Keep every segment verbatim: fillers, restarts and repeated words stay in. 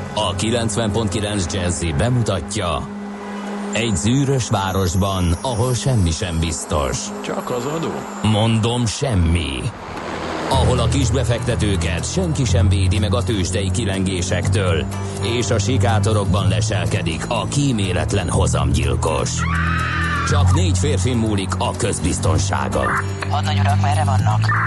A kilencven pont kilenc Jazzy bemutatja: egy zűrös városban, ahol semmi sem biztos. Csak az adó? Mondom, semmi. Ahol a kisbefektetőket senki sem védi meg a tőzsdei kilengésektől, és a sikátorokban leselkedik a kíméletlen hozamgyilkos. Csak négy férfi múlik a közbiztonsága. Hadnagy urak, merre vannak?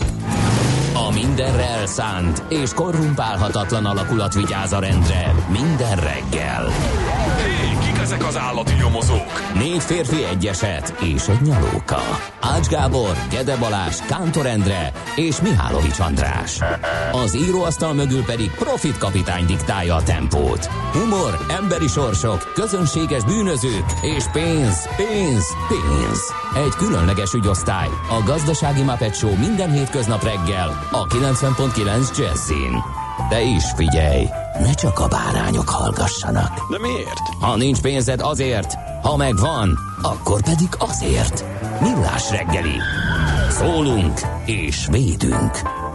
A mindenre elszánt és korrumpálhatatlan alakulat vigyáz a rendre minden reggel. Hé, kik ezek az állati nyomozók? Négy férfi, egy eset és egy nyalóka. Ács Gábor, Gede Balázs, Kántor Endre és Mihálovics András. Az íróasztal mögül pedig Profit kapitány diktálja a tempót. Humor, emberi sorsok, közönséges bűnözők és pénz, pénz, pénz. Egy különleges ügyosztály, a Gazdasági Muppet Show minden hétköznap reggel a kilencven pont kilenc Jazzin. De is figyelj, ne csak a bárányok hallgassanak. De miért? Ha nincs pénzed, azért, ha megvan, akkor pedig azért. Millás reggeli. Szólunk és védünk.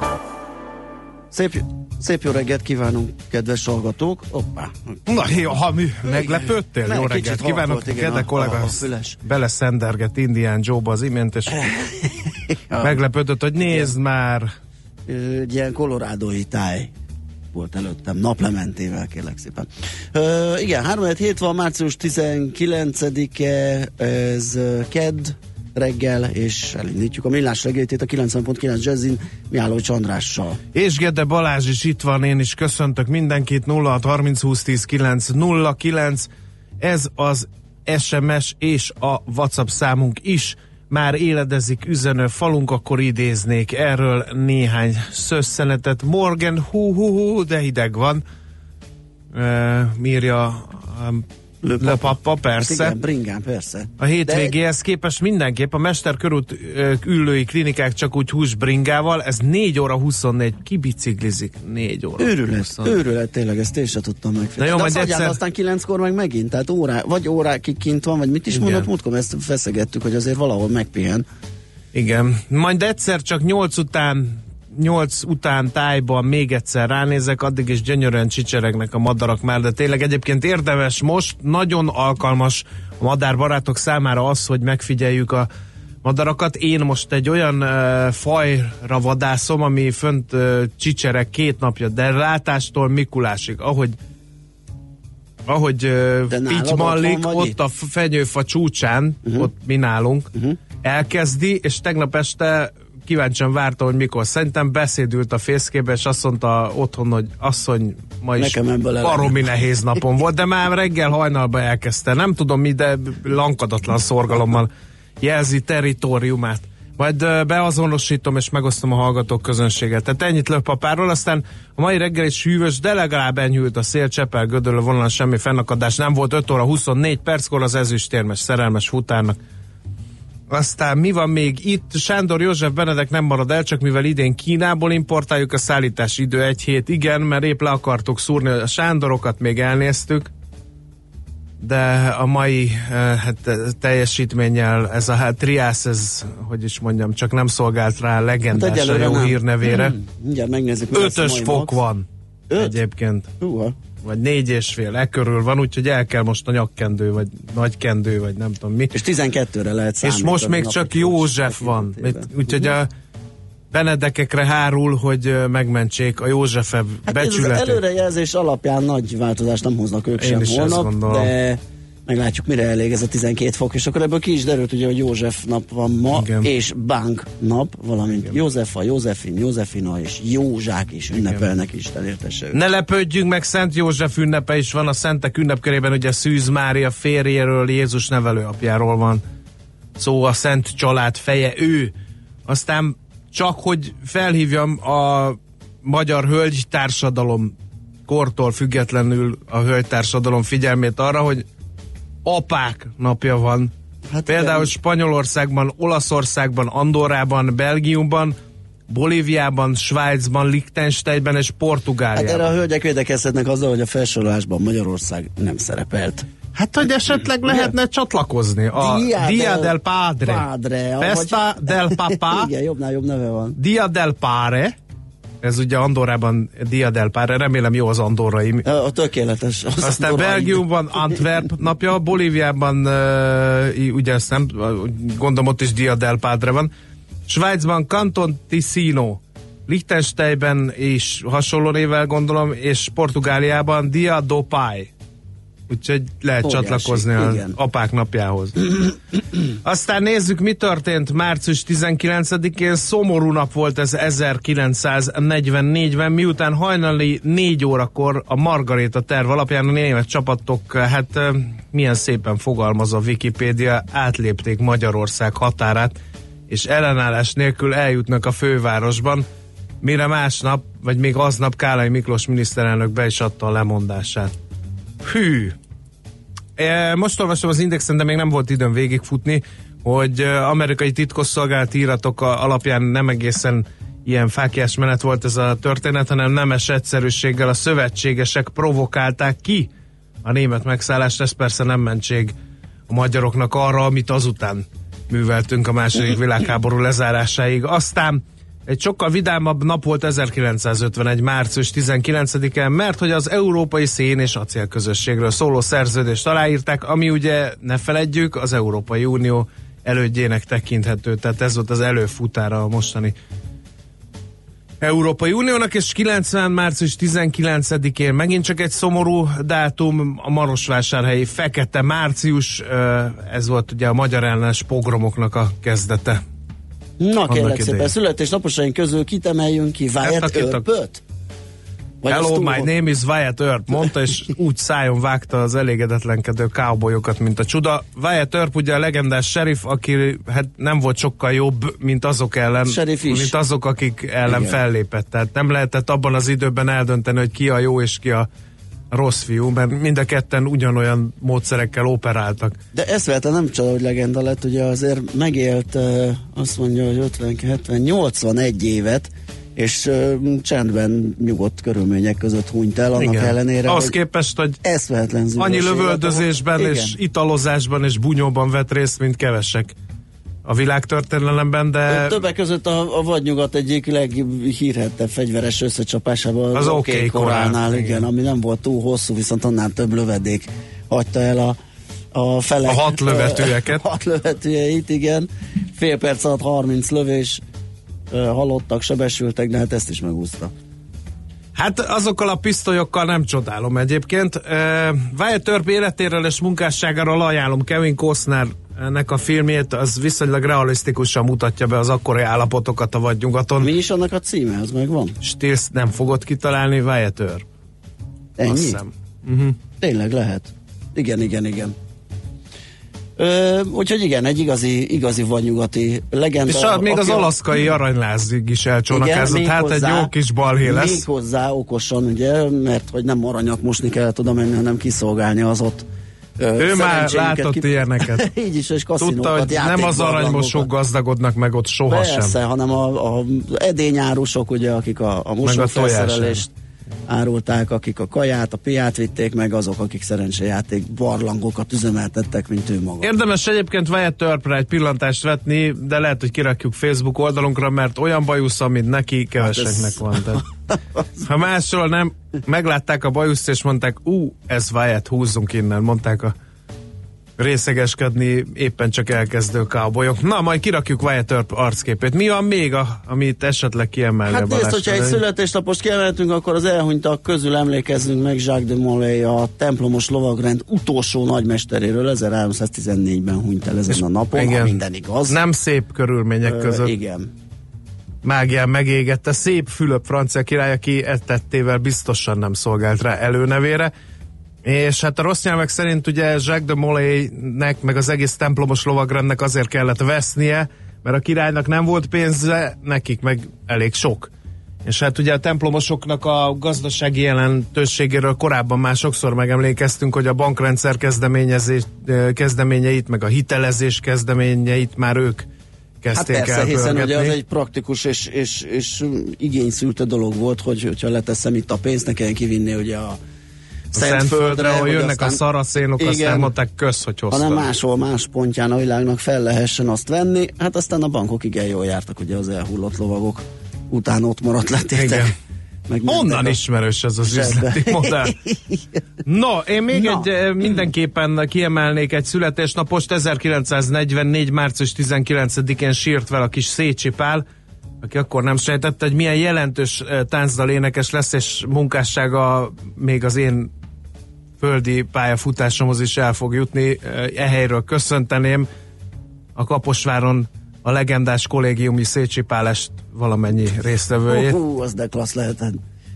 Szép, szép jó reggelt kívánunk, kedves hallgatók. Hoppá. Na jó, ha mi meglepődtél? Jó reggelt kívánok, Gede kollega beleszendergett Indián Joe-ba az imént, és meglepődött, hogy nézd már. Egy ilyen kolorádói táj volt előttem, naplementével, kérlek szépen. Uh, igen, három hét van, március tizenkilencedike, ez kedd reggel, és elindítjuk a millás reggelét a kilencven pont kilenc Jazzin Mihálovics Andrással. És Gede Balázs is itt van, én is köszöntök mindenkit. Nulla hat harminc húsz tíz kilenc nulla kilenc, ez az es em es és a WhatsApp számunk is. Már éledezik üzenő falunk, akkor idéznék erről néhány szösszenetet. Morgan, hú, hú, hú, de hideg van. Uh, írja um, Le, Le Papa, persze. Hát igen, bringán, persze. A hétvégéhez képest mindenképp a Mesterkörút ülői klinikák csak úgy húsbringával, ez négy óra huszonnégy, ki biciklizik négy óra őrület, huszonnégy. Őrület, tényleg, ezt én sem tudtam megfejteni. De azt egyszer... aztán kilenckor meg megint, tehát órá, vagy órákig kint van, vagy mit is igen. mondott múltkor, ezt feszegettük, hogy azért valahol megpihen. Igen, majd egyszer csak nyolc után nyolc után tájban még egyszer ránézek, addig is gyönyörűen csicseregnek a madarak már, de tényleg egyébként érdemes most, nagyon alkalmas a madárbarátok számára az, hogy megfigyeljük a madarakat. Én most egy olyan uh, fajra vadászom, ami fönt uh, csicsereg két napja, de látástól Mikulásig, ahogy ahogy uh, pitymallik, ott, ott a fenyőfa csúcsán, uh-huh. ott mi nálunk, uh-huh. elkezdi, és tegnap este kíváncsian várta, hogy mikor. Szerintem beszédült a fészkébe, és azt mondta otthon, hogy asszony, ma is baromi nehéz napon volt, de már reggel hajnalban elkezdte. Nem tudom mi, de lankadatlan szorgalommal jelzi territóriumát. Majd beazonosítom, és megosztom a hallgatók közönséget. Tehát ennyit Le Papáról, aztán a mai reggel is hűvös, de legalább enyhült a szél, Csepel, Gödöllő vonalon semmi fennakadás nem volt. öt óra huszonnégy perckor az ezüstérmes szerelmes futárnak. Aztán mi van még itt? Sándor József Benedek nem marad el, csak mivel idén Kínából importáljuk, a szállítási idő egy hét. Igen, mert épp le akartuk szúrni a Sándorokat, még elnéztük, de a mai hát, teljesítménnyel ez a hát, triász, ez, hogy is mondjam, csak nem szolgált rá legendás hát a jó nem. hírnevére. Hmm, mindjárt megnézzük. Ötös fok max. Van Öt? egyébként. Húha. Vagy négy és fél, e körül van, úgyhogy el kell most a nyakkendő, vagy nagykendő, vagy nem tudom mi. És tizenkettőre lehet számítani. És most még csak József van, úgyhogy a Benedekekre hárul, hogy megmentsék a Józsefebb hát becsületét. Ez az előrejelzés alapján nagy változást nem hoznak ők Én sem holnap, de meglátjuk, mire elég ez a tizenkét fok, és akkor ebből ki is derült, ugye, hogy József nap van ma, igen. és Bank nap, valamint igen. Józefa, Józefin, Józefina és Józsák is ünnepelnek, Isten értesse. Ne lepődjünk meg, Szent József ünnepe is van, a szentek ünnepkörében ugye Szűz Mária férjéről, Jézus nevelőapjáról van szó, a Szent Család feje ő. Aztán csak, hogy felhívjam a magyar hölgytársadalom kortól függetlenül a hölgytársadalom figyelmét arra, hogy apák napja van. Hát például igen. Spanyolországban, Olaszországban, Andorrában, Belgiumban, Bolíviában, Svájcban, Liechtensteinben és Portugáliában. Hát erre a hölgyek védekezhetnek azzal, hogy a felsorolásban Magyarország nem szerepelt. Hát, hogy esetleg lehetne csatlakozni. A Dia, Dia del, del Padre. padre Festa vagy... del Papa. Igen, jobbnál jobb neve van. Dia del Pare. ez ugye Andorrában Dia del Padre, remélem jó az andorrai. A tökéletes. Az Aztán andorrai. Belgiumban Antwerp napja, Bolíviában uh, ugye ezt nem, gondolom ott is Dia del Padre van. Svájcban Canton Ticino, Liechtensteinben is hasonló névvel gondolom, és Portugáliában Dia do Pai. Úgyhogy lehet Óriási, csatlakozni az igen. apák napjához. Aztán nézzük, mi történt március tizenkilencedikén. Szomorú nap volt ez ezerkilencszáznegyvennégyben, miután hajnali négy órakor a Margaréta terv alapján a német csapatok, hát milyen szépen fogalmaz a Wikipédia, átlépték Magyarország határát, és ellenállás nélkül eljutnak a fővárosban, mire másnap, vagy még aznap Kálai Miklós miniszterelnök be is adta a lemondását. Hű! Most olvastam az Indexen, de még nem volt időm végigfutni, hogy amerikai titkosszolgálati iratok alapján nem egészen ilyen fáklyás menet volt ez a történet, hanem nemes egyszerűséggel a szövetségesek provokálták ki a német megszállást. Ez persze nem mentség a magyaroknak arra, amit azután műveltünk a második világháború lezárásáig. Aztán egy sokkal vidámabb nap volt ezerkilencszázötvenegy. március tizenkilencedike, mert hogy az Európai Szén és Acélközösségről szóló szerződést aláírták, ami ugye, ne feledjük, az Európai Unió elődjének tekinthető, tehát ez volt az előfutára a mostani Európai Uniónak, és kilencven. március tizenkilencedikén megint csak egy szomorú dátum, a marosvásárhelyi Fekete Március, ez volt ugye a magyar ellenes pogromoknak a kezdete. Na kérlek szépen, születésnaposaink közül kit emeljünk ki? Wyatt Earp-öt? Hello, my name is Wyatt Earp, mondta, és úgy szájon vágta az elégedetlenkedő cowboyokat, mint a csuda. Wyatt Earp ugye a legendás sheriff, aki hát nem volt sokkal jobb, mint azok ellen, mint azok, akik ellen igen. fellépett. Tehát nem lehetett abban az időben eldönteni, hogy ki a jó és ki a rossz fiú, mert mind a ketten ugyanolyan módszerekkel operáltak. De eszméletlen nem csoda, hogy legenda lett, ugye azért megélt, uh, azt mondja, hogy ötven, hetven, nyolcvanegy évet, és uh, csendben nyugodt körülmények között hunyt el, annak igen. ellenére, ahhoz hogy képest, hogy eszméletlen annyi lövöldözésben és italozásban és bunyóban vett részt, mint kevesek a világtörténelemben, de... Többek között a, a vadnyugat egyik leghírhettebb fegyveres összecsapásában az oké okay koránál, igen, igen, ami nem volt túl hosszú, viszont annál több lövedék hagyta el a, a felek. A hat lövetőeket. A hat lövetőjeit, igen. Fél perc alatt harminc lövés, halottak, sebesültek, de hát ezt is megúszta. Hát azokkal a pisztolyokkal nem csodálom egyébként. Uh, Wyatt Earp életéről és munkásságáról ajánlom Kevin Costnernek a filmjét, az viszonylag realisztikusan mutatja be az akkori állapotokat a vadnyugaton. Mi is annak a címe, az meg van? Stills nem fogod kitalálni, Wyatt Earp. Ennyi? Uh-huh. Tényleg lehet. Igen, igen, igen. Ö, úgyhogy igen, egy igazi, igazi vadnyugati legenda. És a, még az alaszkai aranylázig is elcsónakázott, hát hozzá, egy jó kis balhé lesz. Még hozzá okosan, ugye, mert hogy nem aranyat mosni kellett oda menni, hanem kiszolgálni az ott. Ö, ő már látott ki... ilyeneket. Így is, és kaszinókat, tudta, hogy nem az aranymosók gazdagodnak meg ott sohasem. Persze, hanem a, a edényárusok, ugye, akik a, a mosófelszerelést árulták, akik a kaját, a piát vitték meg, azok, akik szerencsejáték barlangokat üzemeltettek, mint ő maga. Érdemes egyébként Wyatt Earpre egy pillantást vetni, de lehet, hogy kirakjuk Facebook oldalunkra, mert olyan bajusza, mint neki, keveseknek hát ez... van. Tehát, ha másról nem, meglátták a bajuszt, és mondták, ú, ez Wyatt, húzzunk innen, mondták a részegeskedni éppen csak elkezdő cowboyok. Na, majd kirakjuk Wyatt Earp arcképét. Mi van még, a, amit esetleg kiemelni? Hát nézd, hogyha egy születésnapost kiemeltünk, akkor az elhunytak közül emlékezzünk meg Jacques de Molay, a templomos lovagrend utolsó nagymesteréről. ezerháromszáztizennégyben hunyt el ezen és a napon, igen, ha minden igaz. Nem szép körülmények Ö, között. Igen. Mágián megégette. Szép Fülöp francia király, aki ettettével biztosan nem szolgált rá előnevére. És hát a rossz nyelvek szerint ugye Jacques de Molay-nek meg az egész templomos lovagrendnek azért kellett vesznie, mert a királynak nem volt pénze, nekik meg elég sok. És hát ugye a templomosoknak a gazdasági jelentőségéről korábban már sokszor megemlékeztünk, hogy a bankrendszer kezdeményezés, kezdeményeit, meg a hitelezés kezdeményeit már ők kezdték el. Hát persze, el hiszen ugye az egy praktikus és, és, és igényszűrte dolog volt, hogy, hogyha leteszem itt a pénzt, ne kelljen kivinni ugye a Szentföldre, ahol jönnek aztán, a szaracénok, igen, aztán mondták, kösz, hogy hoztam. Hanem máshol, más pontján a világnak fel lehessen azt venni, hát aztán a bankok igen jól jártak, ugye az elhullott lovagok után ott maradt letétek. Meg honnan ismerős ez az zsebbe. Üzleti modell? No, én még Na. egy mindenképpen kiemelnék egy születésnapost. ezerkilencszáznegyvennégy. március tizenkilencedikén sírt fel a kis Szécsi Pál, aki akkor nem sejtette, hogy milyen jelentős táncdal énekes lesz, és munkássága még az én földi pályafutásomhoz is el fog jutni. E helyről köszönteném a Kaposváron a legendás kollégiumi Szécsi Pálest valamennyi résztvevőjét. Hú, uh, az de klassz lehetett.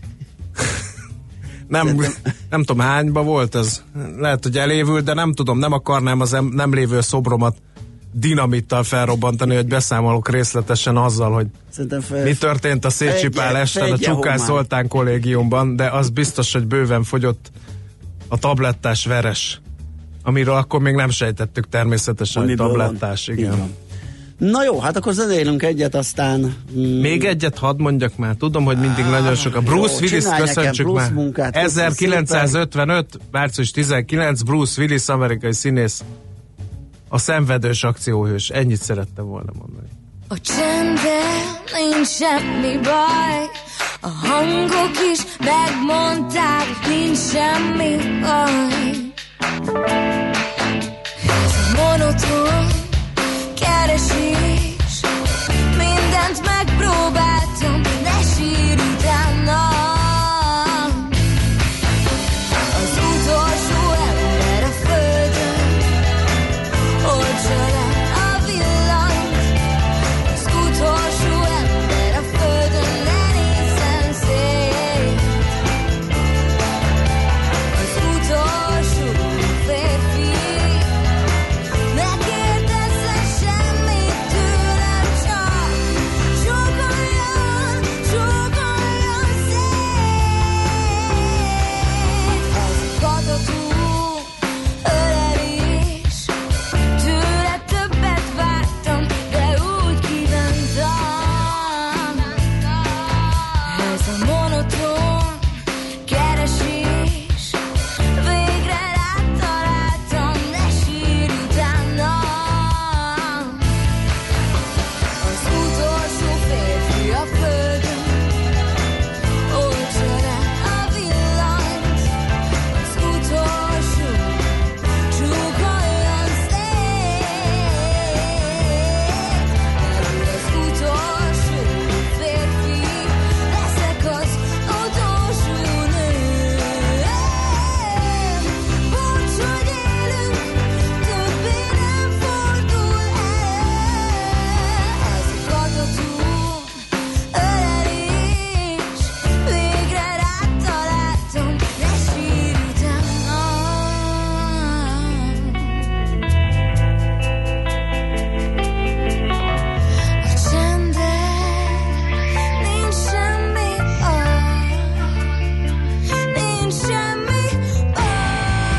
nem, nem tudom hányba volt ez. Lehet, hogy elévült, de nem tudom, nem akarnám az em, nem lévő szobromat dinamittal felrobbantani, hogy beszámolok részletesen azzal, hogy fel, mi történt a Szécsi Pál esten a Csukász Zoltán kollégiumban, de az biztos, hogy bőven fogyott a tablettás veres, amiről akkor még nem sejtettük természetesen, hogy tablettás, van. Igen. Na jó, hát akkor zenélünk egyet, aztán... Mm, még egyet hadd mondjak már, tudom, hogy mindig á, nagyon sok. A Bruce Willis, köszöntsük már. Munkát, ezerkilencszázötvenöt. március tizenkilenc. Bruce Willis, amerikai színész, a szenvedős akcióhős. Ennyit szerettem volna mondani. A csendben nincs semmi baj, a hangok is megmondták, nincs semmi baj. Ez a monoton keresés, mindent megpróbáltam, ne sírj utána. Az utolsó ember a földön, oltsa le a villanyt. Az utolsó ember a földön, ne nézzen szét. Az utolsó férfi, ne kérdezzen semmit tőlem, csak csókoljon, csókoljon szét. Ez a katatú ölelés, tőle többet vártam, de úgy kívántam. Ez a monoton keresés, végre rád találtam, ne sírj utána. Az utolsó férfi a földön, oltsa le a villanyt. Az utolsó, csókoljon szét. Mert az utolsó férfi, leszek az utolsó nő. Bocs, hogy élünk, többé nem fordul el. Ez a katatú ölelés, végre rád találtam, ne sírj utána. A csendben nincs semmi baj, nincs semmi baj.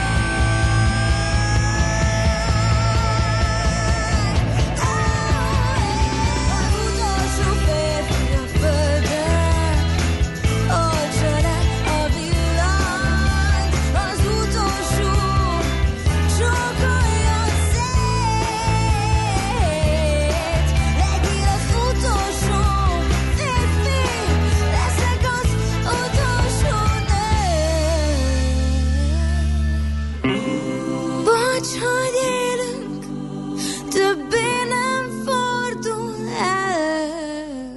Az utolsó férfi a földön, oltsa le a villanyt. Az utolsó, csókoljon szét. Legyél az utolsó férfi, leszek az utolsó nő. Bocs, hogy élünk, többé nem fordul el.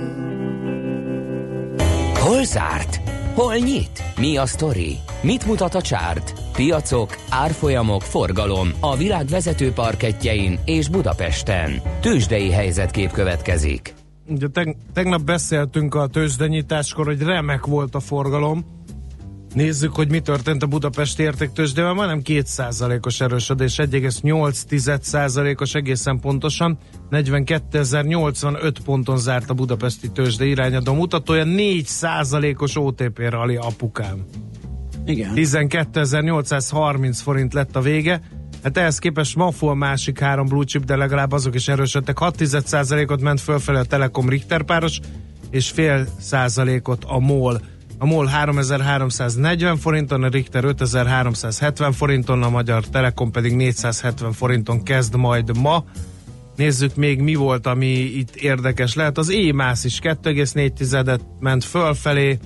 Hol zárt? Hol nyit? Mi a sztori? Mit mutat a csárt? Piacok, árfolyamok, forgalom a világ vezető parkettjein és Budapesten. Tőzsdei helyzetkép következik. Ugye teg- tegnap beszéltünk a tőzsdenyításkor, hogy remek volt a forgalom. Nézzük, hogy mi történt a budapesti értéktőzsdével. Majdnem két százalékos erősödés, egy egész nyolc százalékos egészen pontosan. negyvenkétezer-nyolcvanöt ponton zárt a budapesti tőzsde irányadó mutatója, négy százalékos o té pé rali apukám. Igen. tizenkétezer-nyolcszázharminc forint lett a vége. Hát ehhez képest ma a másik három blue chip, de legalább azok is erősödtek. hat százalékot ment fölfelé a Telekom Richter páros, és fél százalékot a MOL. A MOL háromezer-háromszáznegyven forinton, a Richter ötezer-háromszázhetven forinton, a Magyar Telekom pedig négyszázhetven forinton kezd majd ma. Nézzük még, mi volt, ami itt érdekes lehet. Az émász is kettő egész négy ment fölfelé.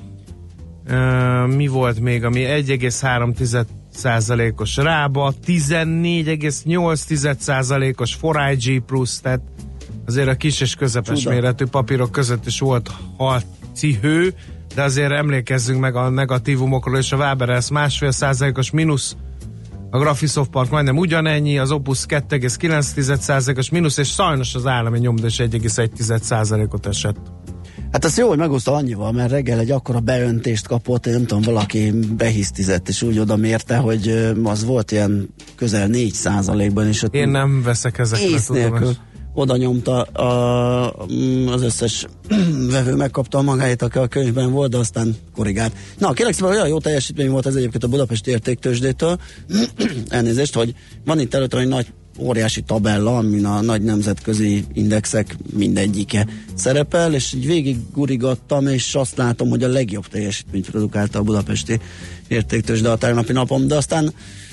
Uh, mi volt még, ami egy egész három százalékos Rába, tizennégy egész nyolc százalékos four I G plusz, tehát azért a kis és közepes Csuda. méretű papírok között is volt harci hő, de azért emlékezzünk meg a negatívumokról, és a Waberers másfél százalékos mínusz, a Graphisoft Park majdnem ugyanennyi, az Opus kettő egész kilenc százalékos mínusz, és sajnos az állami nyomda is egy egész egy százalékot esett. Hát az jó, hogy megoszta annyival, mert reggel egy akkora beöntést kapott, én nem tudom, valaki behisztizett, és úgy oda mérte, hogy az volt ilyen közel négy százalékban is. Én nem veszek ezekre. Ész nélkül oda nyomta a, az összes vevő, megkapta a magáét, aki a könyvben volt, de aztán korrigált. Na, kérlek szépen, olyan jó teljesítmény volt ez egyébként a Budapesti Értéktőzsdétől. Elnézést, hogy van itt előtt egy nagy óriási tabella, amin a nagy nemzetközi indexek mindegyike szerepel, és így végig gurigattam, és azt látom, hogy a legjobb teljesítményt produkálta a Budapesti Értéktőzsde a tegnapi napom, de aztán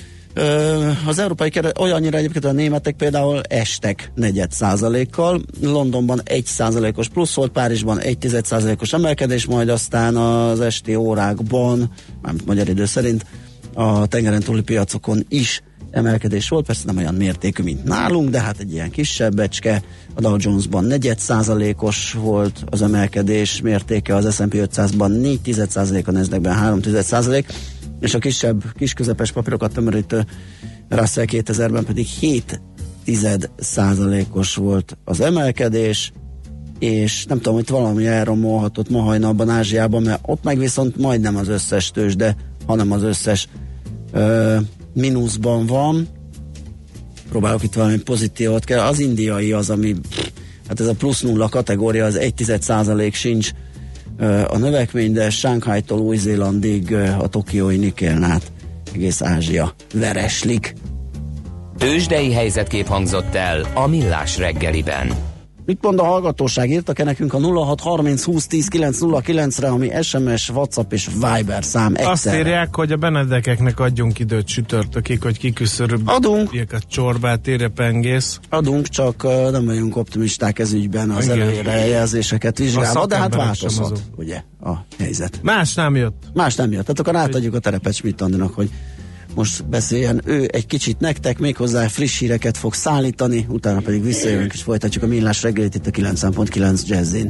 ö, az európai keret, olyannyira egyébként a németek például estek negyed százalékkal, Londonban egy százalékos plusz volt, Párizsban egy tized százalékos emelkedés, majd aztán az esti órákban, mármint magyar idő szerint, a tengeren túli piacokon is emelkedés volt, persze nem olyan mértékű, mint nálunk, de hát egy ilyen kisebb becske. A Dow Jonesban negyed százalékos volt az emelkedés mértéke, az es and pé ötszázban négy tized százalék, a Nasdaqben három tized százalék, és a kisebb, kisközepes papírokat tömörítő Russell kétezerben pedig hét tized százalékos volt az emelkedés, és nem tudom, hogy valami elromolhatott ma hajnalban Ázsiában, mert ott meg viszont majdnem az összes tőzsde, hanem az összes ö, mínuszban van. Próbálok itt valami pozitívot kell. Az indiai az, ami hát ez a plusz nulla kategória, az egy tized százalék sincs uh, a növekmény, de Shanghai-tól Új-Zélandig uh, a tokiói Nikkén át egész Ázsia vereslik. Tőzsdei helyzetkép hangzott el a Millás reggeliben. Mit mond a hallgatóság? Írtak-e nekünk a nulla hat harminc húsz tíz kilenc nulla kilencre, ami es em es, WhatsApp és Viber szám egyszerre. Azt írják, hogy a Benedekeknek adjunk időt csütörtökig, hogy kiküszörüljék a csorbát, érje pengész. Adunk, csak uh, nem vagyunk optimisták ez ügyben, az előrejelzéseket vizsgálva, de hát változhat, ugye, a helyzet. Más nem jött. Más nem jött. Tehát akkor átadjuk a terepet Schmidt Andinak, hogy most beszéljen ő egy kicsit nektek, méghozzá friss híreket fog szállítani, utána pedig visszajövünk és folytatjuk a Millás reggelit itt a kilencven pont kilenc Jazzin.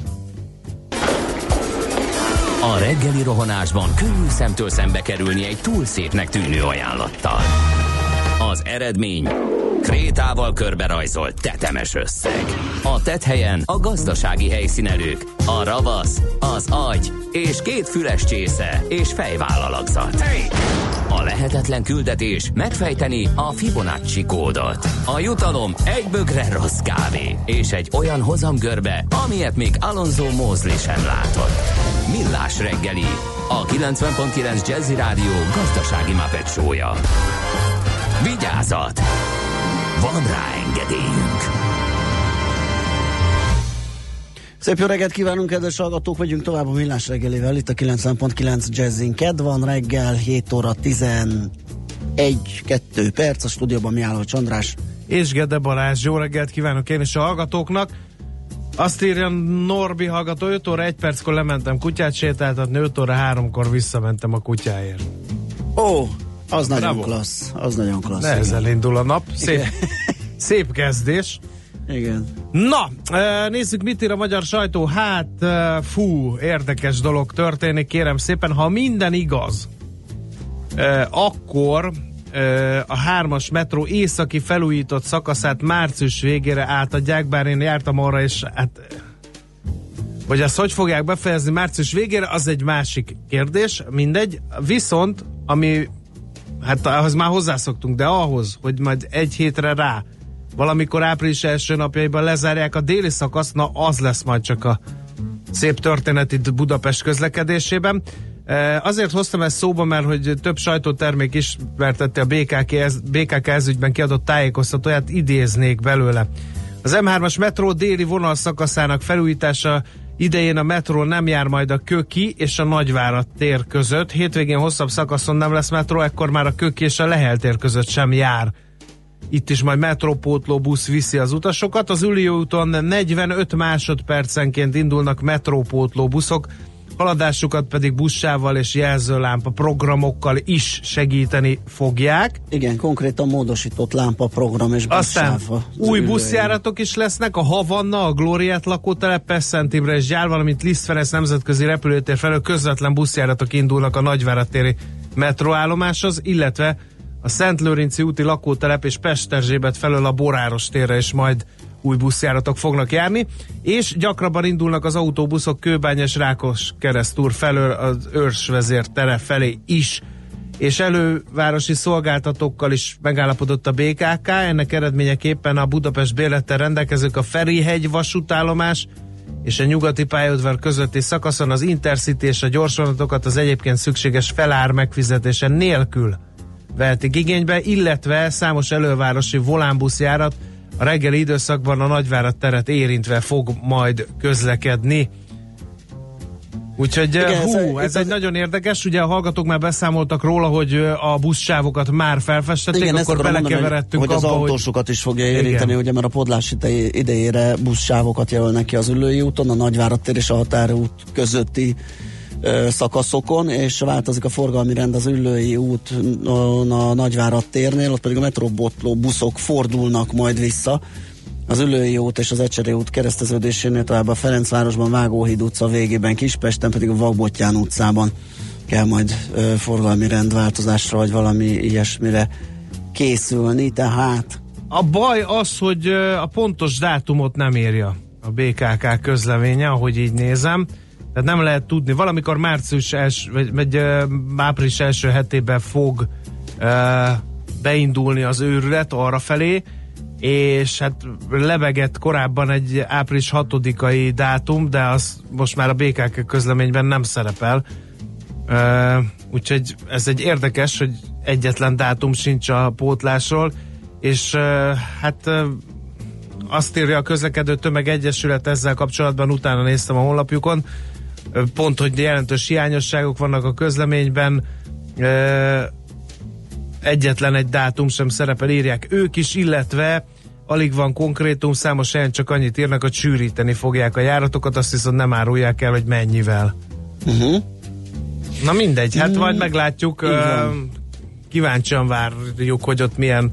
A reggeli rohanásban könnyű szemtől szembe kerülni egy túl szépnek tűnő ajánlattal. Az eredmény krétával körberajzolt tetemes összeg. A tetthelyen a gazdasági helyszínelők, a ravasz, az agy és két füles csésze és fejvállalakzat. A lehetetlen küldetés megfejteni a Fibonacci kódot. A jutalom egy bögre rossz kávé és egy olyan hozamgörbe, amilyet még Alonso Mosley sem látott. Millás reggeli, a kilencven pont kilenc Jazzy Rádió gazdasági Muppet show-ja. Vigyázat! Van rá engedélyünk! Szép jó reggelt kívánunk, kedves hallgatók, vagyunk tovább a Millás reggelivel, itt a kilencven pont kilenc Jazzin. Kedd van reggel, hét óra tizenegy kettő perc, a stúdióban Mihálovics András. És Gede Balázs, jó reggelt kívánok én is a hallgatóknak. Azt írja Norbi hallgató, öt óra egy perckor lementem kutyát sétáltatni, öt óra háromkor visszamentem a kutyáért. Ó, az Bravo. Nagyon klassz, az nagyon klassz. De ezzel indul a nap, szép, szép kezdés. Igen. Na, nézzük, mit ír a magyar sajtó. Hát, fú, érdekes dolog történik, kérem szépen. Ha minden igaz, akkor a hármas metró északi felújított szakaszát március végére átadják, bár én jártam arra, és hát hogy ezt hogy fogják befejezni március végére, az egy másik kérdés, mindegy. Viszont, ami, hát ahhoz már hozzászoktunk, de ahhoz, hogy majd egy hétre rá valamikor április első napjaiban lezárják a déli szakaszt, na az lesz majd csak a szép történet itt Budapest közlekedésében. E, azért hoztam ezt szóba, mert hogy több sajtótermék ismertette a bé ká ká, ez, bé ká ká ez ügyben kiadott tájékoztatóját, idéznék belőle. Az em hármas metró déli vonalszakaszának felújítása idején a metró nem jár majd a Köki és a Nagyvárad tér között. Hétvégén hosszabb szakaszon nem lesz metró, ekkor már a Köki és a Lehel tér között sem jár. itt is majd metrópótló busz viszi az utasokat. Az Üllői úton negyvenöt másodpercenként indulnak metrópótló buszok, haladásukat pedig buszsávval és jelzőlámpa programokkal is segíteni fogják. Igen, konkrétan módosított lámpa program és Aztán buszsáv. új buszjáratok is lesznek, a Havanna, a Glóriát lakótelep, Szent Imre és Gyár, valamint Liszt Ferenc nemzetközi repülőtér felől közvetlen buszjáratok indulnak a Nagyvárad téri metróállomáshoz, illetve a Szent Lőrinci úti lakótelep és Pesterzsébet felől a Boráros térre is majd új buszjáratok fognak járni, és gyakrabban indulnak az autóbuszok Kőbánya és Rákoskeresztúr felől az Őrsvezér tere felé is, és elővárosi szolgáltatókkal is megállapodott a bé ká ká, ennek eredményeképpen a Budapest bérlettel rendelkezők a Ferihegy vasútállomás és a nyugati pályaudvar közötti szakaszon az Intercity és a gyorsvonatokat az egyébként szükséges felár megfizetése nélkül vehetik igénybe, illetve számos elővárosi volánbuszjárat a reggeli időszakban a Nagyvárad teret érintve fog majd közlekedni. Úgyhogy igen, hú, ez, ez egy az... nagyon érdekes, ugye a hallgatók már beszámoltak róla, hogy a buszsávokat már felfestették, igen, akkor belekeveredtünk mondani, hogy, abba, hogy az autósokat is fogja érinteni, igen. Ugye, mert a podlás idejére buszsávokat jelölnek ki az Üllői úton, a Nagyvárad tér és a Határút közötti ö, szakaszokon, és változik a forgalmi rend az Üllői úton a Nagyvárad térnél, ott pedig a metróbotló buszok fordulnak majd vissza az Üllői út és az Ecseri út kereszteződésénél, tovább a Ferencvárosban, Vágóhíd utca végében, Kispesten pedig a Vakbottyán utcában kell majd ö, forgalmi rendváltozásra, vagy valami ilyesmire készülni, tehát... A baj az, hogy ö, a pontos dátumot nem írja a bé ká ká közleménye, ahogy így nézem, tehát nem lehet tudni. Valamikor március első, vagy, vagy ö, április első hetében fog ö, beindulni az őrület arrafelé, és hát lebegett korábban egy április hatodikai dátum, de az most már a bé ká ká közleményben nem szerepel. Uh, úgyhogy ez egy érdekes, hogy egyetlen dátum sincs a pótlásról, és uh, hát uh, azt írja a Közlekedő Tömeg Egyesület ezzel kapcsolatban, utána néztem a honlapjukon, uh, pont, hogy jelentős hiányosságok vannak a közleményben, uh, egyetlen egy dátum sem szerepel, írják ők is, illetve alig van konkrétum, számos helyen csak annyit írnak, hogy sűríteni fogják a járatokat, azt viszont nem árulják el, hogy mennyivel. Uh-huh. Na mindegy, hát majd meglátjuk, uh, kíváncsian várjuk, hogy ott milyen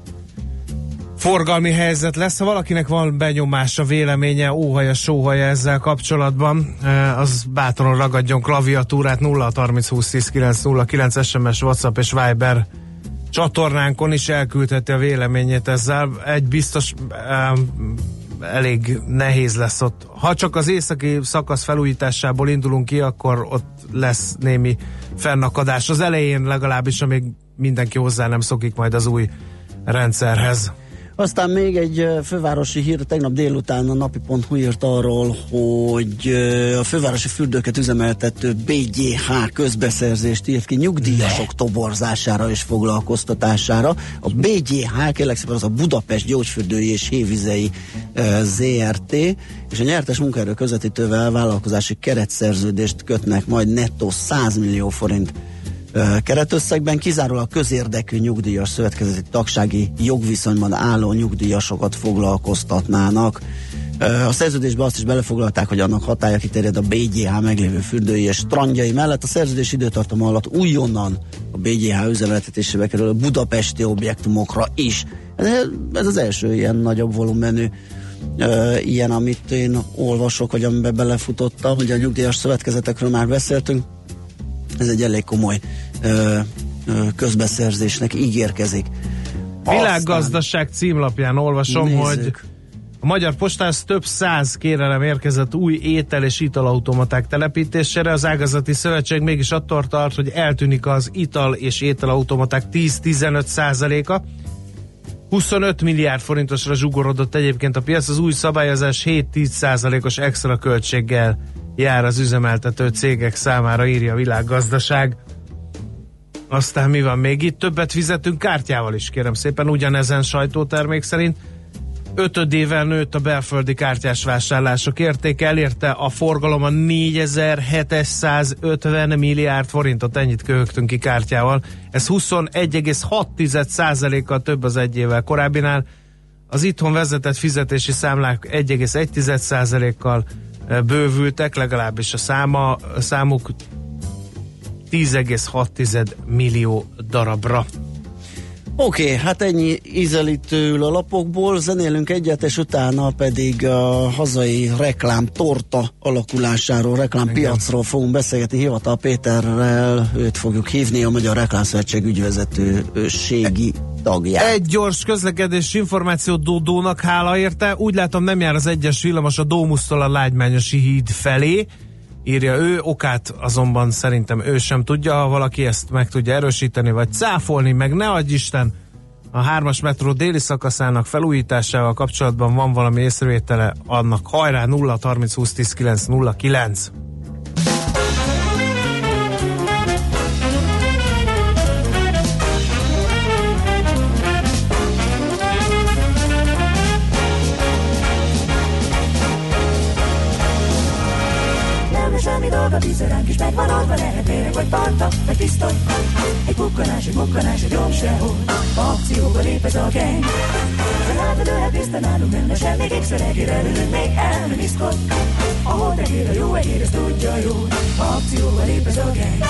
forgalmi helyzet lesz. Ha valakinek van benyomása, véleménye, óhaja, sóhaja ezzel kapcsolatban, az bátran ragadjon klaviatúrát nulla harminc húsz tíz kilenc nulla kilenc es em es, WhatsApp és Viber csatornánkon is elküldheti a véleményét ezzel. Egy biztos um, elég nehéz lesz ott. Ha csak az északi szakasz felújításából indulunk ki, akkor ott lesz némi fennakadás. Az elején legalábbis, amíg mindenki hozzá nem szokik majd az új rendszerhez. Aztán még egy fővárosi hír, tegnap délután a napi pont hu írt arról, hogy a fővárosi fürdőket üzemeltető bé gé há közbeszerzést írt ki nyugdíjasok toborzására és foglalkoztatására. A bé gé há, kérlek szépen, az a Budapest Gyógyfürdői és Hévizei zé er té, és a nyertes munkaerő közvetítővel vállalkozási keretszerződést kötnek majd nettó száz millió forint keretösszegben, kizárólag közérdekű nyugdíjas szövetkezeti tagsági jogviszonyban álló nyugdíjasokat foglalkoztatnának. A szerződésben azt is belefoglalták, hogy annak hatálya kiterjed a bé gé há meglévő fürdői és strandjai mellett. A szerződés időtartama alatt újonnan a bé gé há üzemeltetésébe kerül a budapesti objektumokra is. Ez az első ilyen nagyobb volumenű ilyen, amit én olvasok, vagy amiben belefutottam, hogy a nyugdíjas szövetkezetekről már beszéltünk. Ez egy elég komoly ö, ö, közbeszerzésnek ígérkezik. Világgazdaság címlapján olvasom, nézzük, hogy a Magyar Postához több száz kérelem érkezett új étel- és italautomaták telepítésére. Az ágazati szövetség mégis attól tart, hogy eltűnik az ital- és ételautomaták tíz-tizenöt százaléka. huszonöt milliárd forintosra zsugorodott egyébként a piac. Az új szabályozás hét-tíz százalékos extra költséggel jár az üzemeltető cégek számára, írja a Világgazdaság. Aztán mi van még itt? Többet fizetünk kártyával is, kérem szépen, ugyanezen sajtótermék szerint. ötödével nőtt a belföldi kártyás vásárlások értéke, elérte a forgalom a négyezer-hétszázötven milliárd forintot, ennyit köhögtünk ki kártyával. Ez huszonegy egész hat százalékkal több az egy évvel korábbinál. Az itthon vezetett fizetési számlák egy egész egy százalékkal bővültek, legalábbis a száma, a számuk tíz egész hat millió darabra. Oké, okay, hát ennyi ízelítőül a lapokból, zenélünk egyet, és utána pedig a hazai reklám torta alakulásáról, reklámpiacról fogunk beszélgetni Hivatal Péterrel, őt fogjuk hívni, a Magyar Reklámszövetség ügyvezetőségi tagját. Egy gyors közlekedési információ Dódónak, hála érte, úgy látom nem jár az egyes villamos a Dómusztól a Lágymányosi híd felé, írja ő, okát azonban szerintem ő sem tudja, ha valaki ezt meg tudja erősíteni, vagy cáfolni, meg ne adj Isten, a hármas metró déli szakaszának felújításával kapcsolatban van valami észrevétele, annak hajrá nulla harminc húsz tíz kilenc nulla kilenc. Semmi dolga, vízeránk is megvan adva, lehet méreg vagy parta, vagy pisztoly. Egy bukkanás, egy bukkanás, egy gyom sehol, akcióba lép ez a gang. Ha hátad ölhet tiszta, nálunk nem lesz semmi kékszer, egér előlünk még el, nem iszkod. Ahol tegér a jó egér, ezt tudja jól, akcióba lép ez a gang.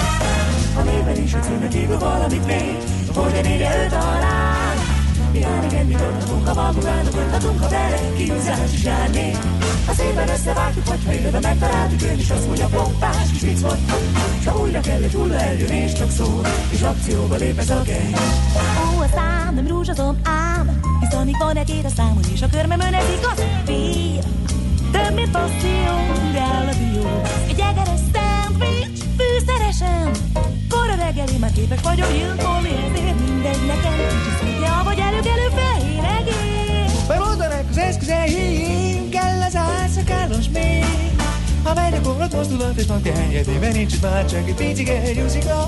A néven is a címnek kívül valamit még, hogy a négye öt alá. Mi áll mi dolgozunk, a magukálnak, öntatunk, ha vele kihúzás is járnék. Ha szépen összevágtuk, vagy ha élőben megtaláltuk, ön is azt mondja, pompás kis vicc volt. S ha újra kell egy hulla eljön, és csak szól, és akcióba lép ez a gang. Ó, a szám nem rúzsazom ám, hisz amíg van egy a számon, és a körmem önezik, az fél. Több mint passzió, de áll a dió. Egy egeres szendvics, fűszeresen. Kora reggeli, már képes vagyok gyilkolni, ezért mindegy nekem. Kicsi szétja, vagy előkelő fehér egész. Bemoldanak az eszközeim, kell az átszakállos még. Ha megy a korlat mozdulat, és napja engedében nincs itt már csak egy picike gyúzika.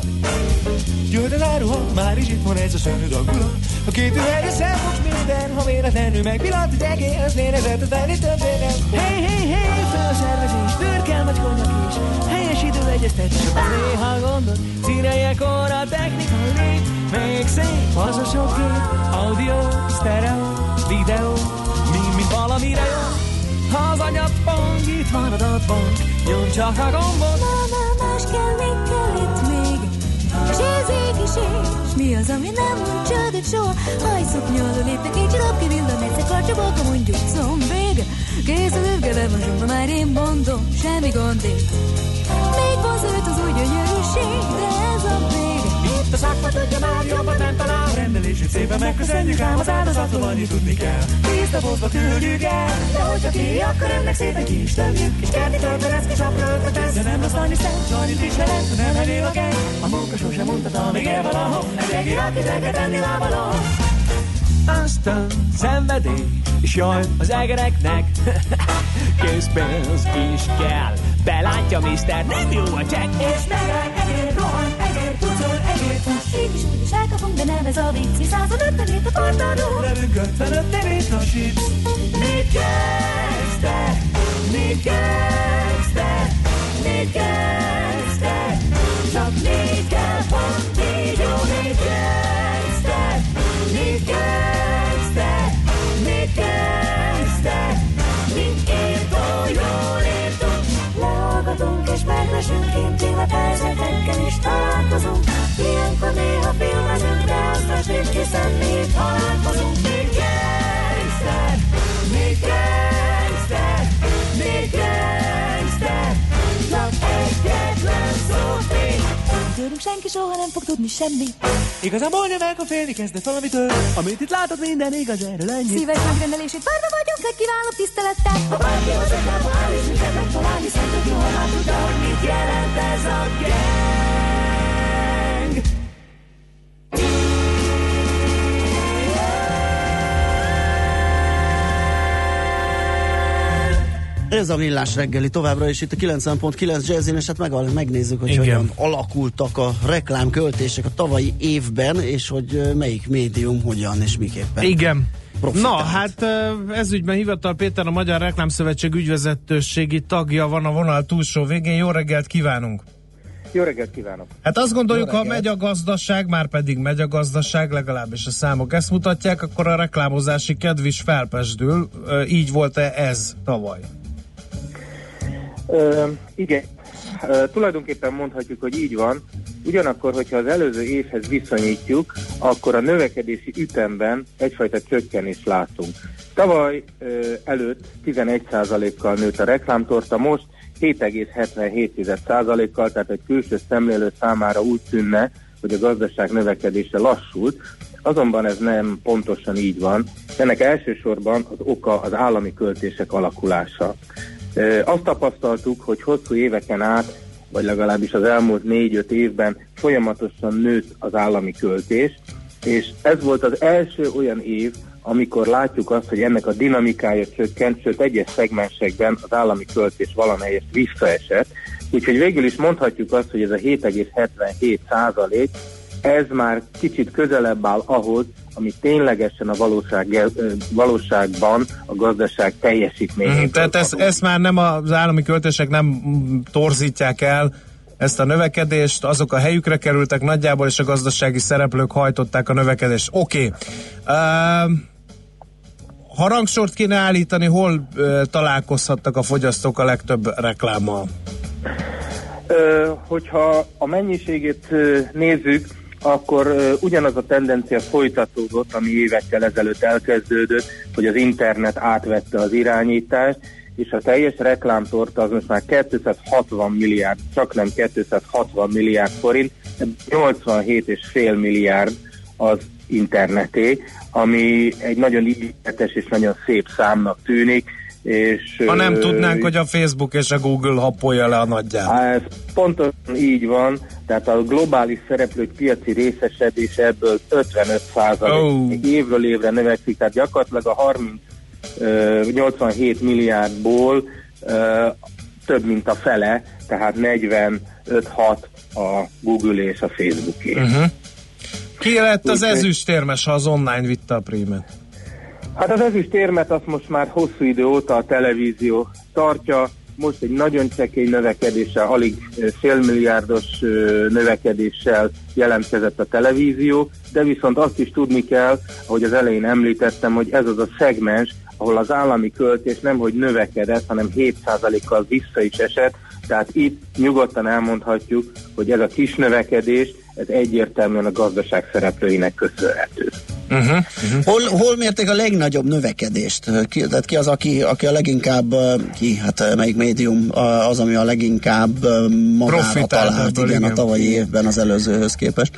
Jöjjön az áruha, már is itt van ez a szörnyű angulat. A két üveg összefogsz minden, ha véletlenül megpillant, hogy egész nézett, az venni többé nem. Hey, hey, hey, fel a szervezés, bőrkel vagy konyak is. Helyes idő egyeztetés, az néha gondot. Színeljekor a technika lép, még szép az a sok gép. Audio, stereo, videó, mind, mind valamire jó. Ha az anyagpont, itt van adatbank, nyom csak a gombot. Na, na, más kell, még kell itt még. És érzék is és mi az, ami nem mond csődöt soha. Hajszoknya alól léptek, egy csirap kivillan, egyszer karcsabolka, mondjuk zombég. Kész az övgeve van zsomba, már én mondom, semmi gond itt. Még van zöld az új gyönyörűség, de ez a vég. Itt a szakma tudja már jobban nem talál. A rendelését szépen megköszönjük, ám az áldozatról annyi tudni kell. Tíz dobozba küldjük el, de hogyha ki, akkor ennek szépen ki is tömjük. És kerti törperez, kis aprőt tesz, de nem rossz annyi szent, annyit is veled, ha nem elég a geng. A munka sosem mondta, még él valahol, egy egér, akit el kell tenni lábalon. Aztán szenvedély, és jaj az egereknek. Készpénz is kell, belátja miszter, nem jó a csekk. És megáll, egér, rohan, egér, pucol, egér, fuss. Így is úgy is elkapunk, de nem ez a vicc. Mi századöt lét a tartaló. Levünk ötvenöt nevét lassít. Mit kezdtek? Mit kezdtek? Mit kezdtek? Csak négy kell, pont így jó, mit kezdtek? Mit kezdtek? Mit kezdtek? Mint írtó, jól írtunk. Lehallgatunk és meglesünk, kint élethelyzetekkel is találkozunk. Ilyenkor néha filmezünk, de azt a sét, hiszen mi itt találkozunk. Mit kezdtek? Mit kezdtek? Mit kezdtek? Csak egyetlen szót még. Tőlünk senki soha nem fog tudni semmi. Igazából nem el, ha félni kezdett valamitől. Amit itt látod, minden igaz, erről ennyi. Szíves megrendelését várva vagyunk, egy kiváló tisztelettel. Ha bárki az ötlába áll, és minket megtalálni, szerinted jól már tudja, hogy mit jelent ez a gang. Ez a Millás reggeli továbbra is itt a kilencven pont kilenc Jazzin, és hát meg, megnézzük, hogy Igen. hogyan alakultak a reklámköltések a tavalyi évben, és hogy melyik médium hogyan és miképpen Igen. profitált. Na, hát ez ügyben Hivatal Péter, a Magyar Reklámszövetség ügyvezetőségi tagja van a vonal túlsó végén. Jó reggelt kívánunk! Jó reggelt kívánok! Hát azt gondoljuk, ha megy a gazdaság, már pedig megy a gazdaság, legalábbis a számok ezt mutatják, akkor a reklámozási kedv is felpesdül. Így volt-e ez tavaly? Ö, igen, ö, tulajdonképpen mondhatjuk, hogy így van. Ugyanakkor, hogyha az előző évhez viszonyítjuk, akkor a növekedési ütemben egyfajta csökkenést látunk. Tavaly ö, előtt tizenegy százalékkal nőtt a reklámtorta, most hét egész hetvenhét százalékkal, tehát egy külső szemlélő számára úgy tűnne, hogy a gazdaság növekedése lassult, azonban ez nem pontosan így van. Ennek elsősorban az oka az állami költések alakulása. E, azt tapasztaltuk, hogy hosszú éveken át, vagy legalábbis az elmúlt négy-öt évben folyamatosan nőtt az állami költés, és ez volt az első olyan év, amikor látjuk azt, hogy ennek a dinamikája csökkent, sőt egyes szegmensekben az állami költés valamelyest visszaesett. Úgyhogy végül is mondhatjuk azt, hogy ez a hét egész hetvenhét százalék, ez már kicsit közelebb áll ahhoz, ami ténylegesen a valóság, valóságban a gazdaság teljesítményét. Mm, tehát ezt, ezt már nem az állami költések nem torzítják el, ezt a növekedést, azok a helyükre kerültek nagyjából, és a gazdasági szereplők hajtották a növekedést. Oké. Okay. Uh, ha rangsort kéne állítani, hol uh, találkozhattak a fogyasztók a legtöbb reklámmal? Uh, hogyha a mennyiségét uh, nézzük, akkor uh, ugyanaz a tendencia folytatódott, ami évekkel ezelőtt elkezdődött, hogy az internet átvette az irányítást, és a teljes reklámtorta az most már kétszázhatvan milliárd, csak nem kétszázhatvan milliárd forint, nyolcvanhét egész öt milliárd az interneté, ami egy nagyon ígéretes és nagyon szép számnak tűnik. És, ha nem tudnánk, hogy a Facebook és a Google happolja le a nagyját. Ez pontosan így van, tehát a globális szereplők piaci részesedése ebből ötvenöt százalék oh. évről évre növekszik, tehát gyakorlatilag a harminc nyolcvanhét milliárdból uh, több mint a fele, tehát negyvenöt hat a Google és a Facebooké. Uh-huh. Ki lett az ezüstérmes, ha az online vitte a prímet? Hát az ezüstérmet azt most már hosszú idő óta a televízió tartja, most egy nagyon csekély növekedéssel, alig félmilliárdos növekedéssel jelentkezett a televízió, de viszont azt is tudni kell, ahogy az elején említettem, hogy ez az a szegmens, ahol az állami költés nemhogy növekedett, hanem hét százalékkal vissza is esett, tehát itt nyugodtan elmondhatjuk, hogy ez a kis növekedés, ez egyértelműen a gazdaság szereplőinek köszönhető. Uh-huh. Uh-huh. Hol, hol mérték a legnagyobb növekedést? Ki, tehát ki az, aki, aki a leginkább, ki, hát melyik médium az, ami a leginkább magára talált, igen, igen, a tavalyi évben az előzőhöz képest?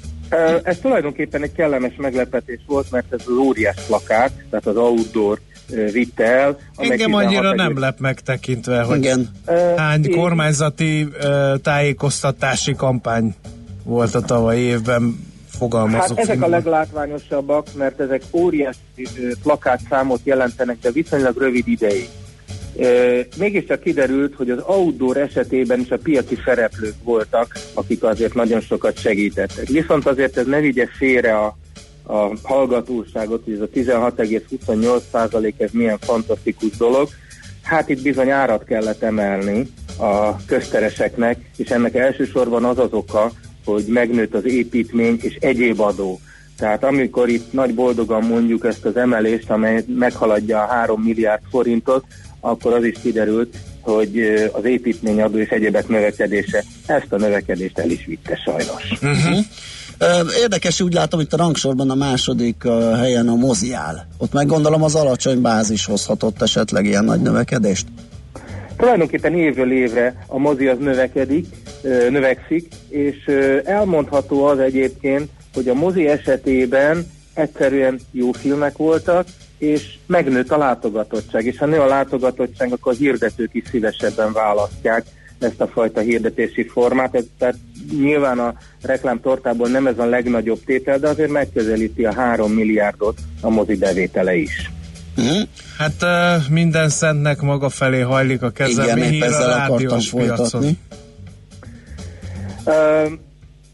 Ez tulajdonképpen egy kellemes meglepetés volt, mert ez az óriás plakát, tehát az outdoor vitte el. Engem annyira nem lep meg tekintve, hogy igen. hány uh, kormányzati uh, tájékoztatási kampány volt a tavalyi évben, fogalmazok. Hát ezek a leglátványosabbak, mert ezek óriási uh, plakátszámot jelentenek, de viszonylag rövid ideig. Uh, mégiscsak kiderült, hogy az outdoor esetében is a piaci szereplők voltak, akik azért nagyon sokat segítettek. Viszont azért ez ne vigye félre a a hallgatóságot, hogy ez a tizenhat egész huszonnyolc százalék, ez milyen fantasztikus dolog. Hát itt bizony árat kellett emelni a köztereseknek, és ennek elsősorban az az oka, hogy megnőtt az építmény és egyéb adó. Tehát amikor itt nagy boldogan mondjuk ezt az emelést, amely meghaladja a három milliárd forintot, akkor az is kiderült, hogy az építményadó és egyébek növekedése ezt a növekedést el is vitte sajnos. Uh-huh. Érdekes, úgy látom, hogy a rangsorban a második helyen a mozi áll. Ott meg gondolom az alacsony bázis hozhatott esetleg ilyen nagy növekedést? Tulajdonképpen évről évre a mozi az növekedik, növekszik, és elmondható az egyébként, hogy a mozi esetében egyszerűen jó filmek voltak, és megnőtt a látogatottság, és ha nő a látogatottság, akkor a hirdetők is szívesebben választják ezt a fajta hirdetési formát, tehát nyilván a reklámtortából nem ez a legnagyobb tétel, de azért megközelíti a három milliárdot a mozi bevétele is. Mm. Hát uh, minden szentnek maga felé hajlik a kezem. Igen, épp ezzel akartam folytatni. Uh,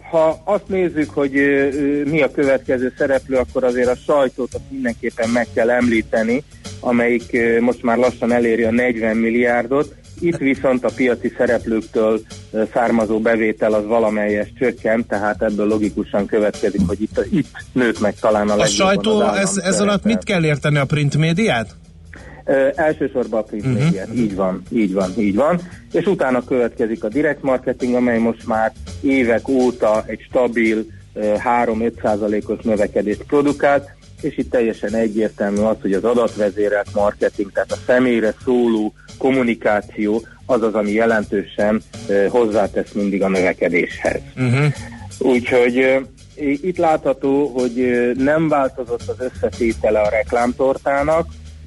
ha azt nézzük, hogy ö, ö, mi a következő szereplő, akkor azért a sajtót azt mindenképpen meg kell említeni, amelyik ö, most már lassan eléri a negyven milliárdot. Itt viszont a piaci szereplőktől ö, származó bevétel az valamelyest csökkent, tehát ebből logikusan következik, hogy itt, itt nőtt meg talán a legjobban. A sajtó, ez, ez alatt mit kell érteni, a print médiát? Ö, elsősorban a print uh-huh. médiát, így van, így van, így van. És utána következik a direct marketing, amely most már évek óta egy stabil három-öt százalékos növekedést produkált, és itt teljesen egyértelmű az, hogy az adatvezérelt marketing, tehát a személyre szóló kommunikáció az az, ami jelentősen uh, hozzátesz mindig a növekedéshez. Uh-huh. Úgyhogy uh, itt látható, hogy uh, nem változott az összetétele a reklámtortának,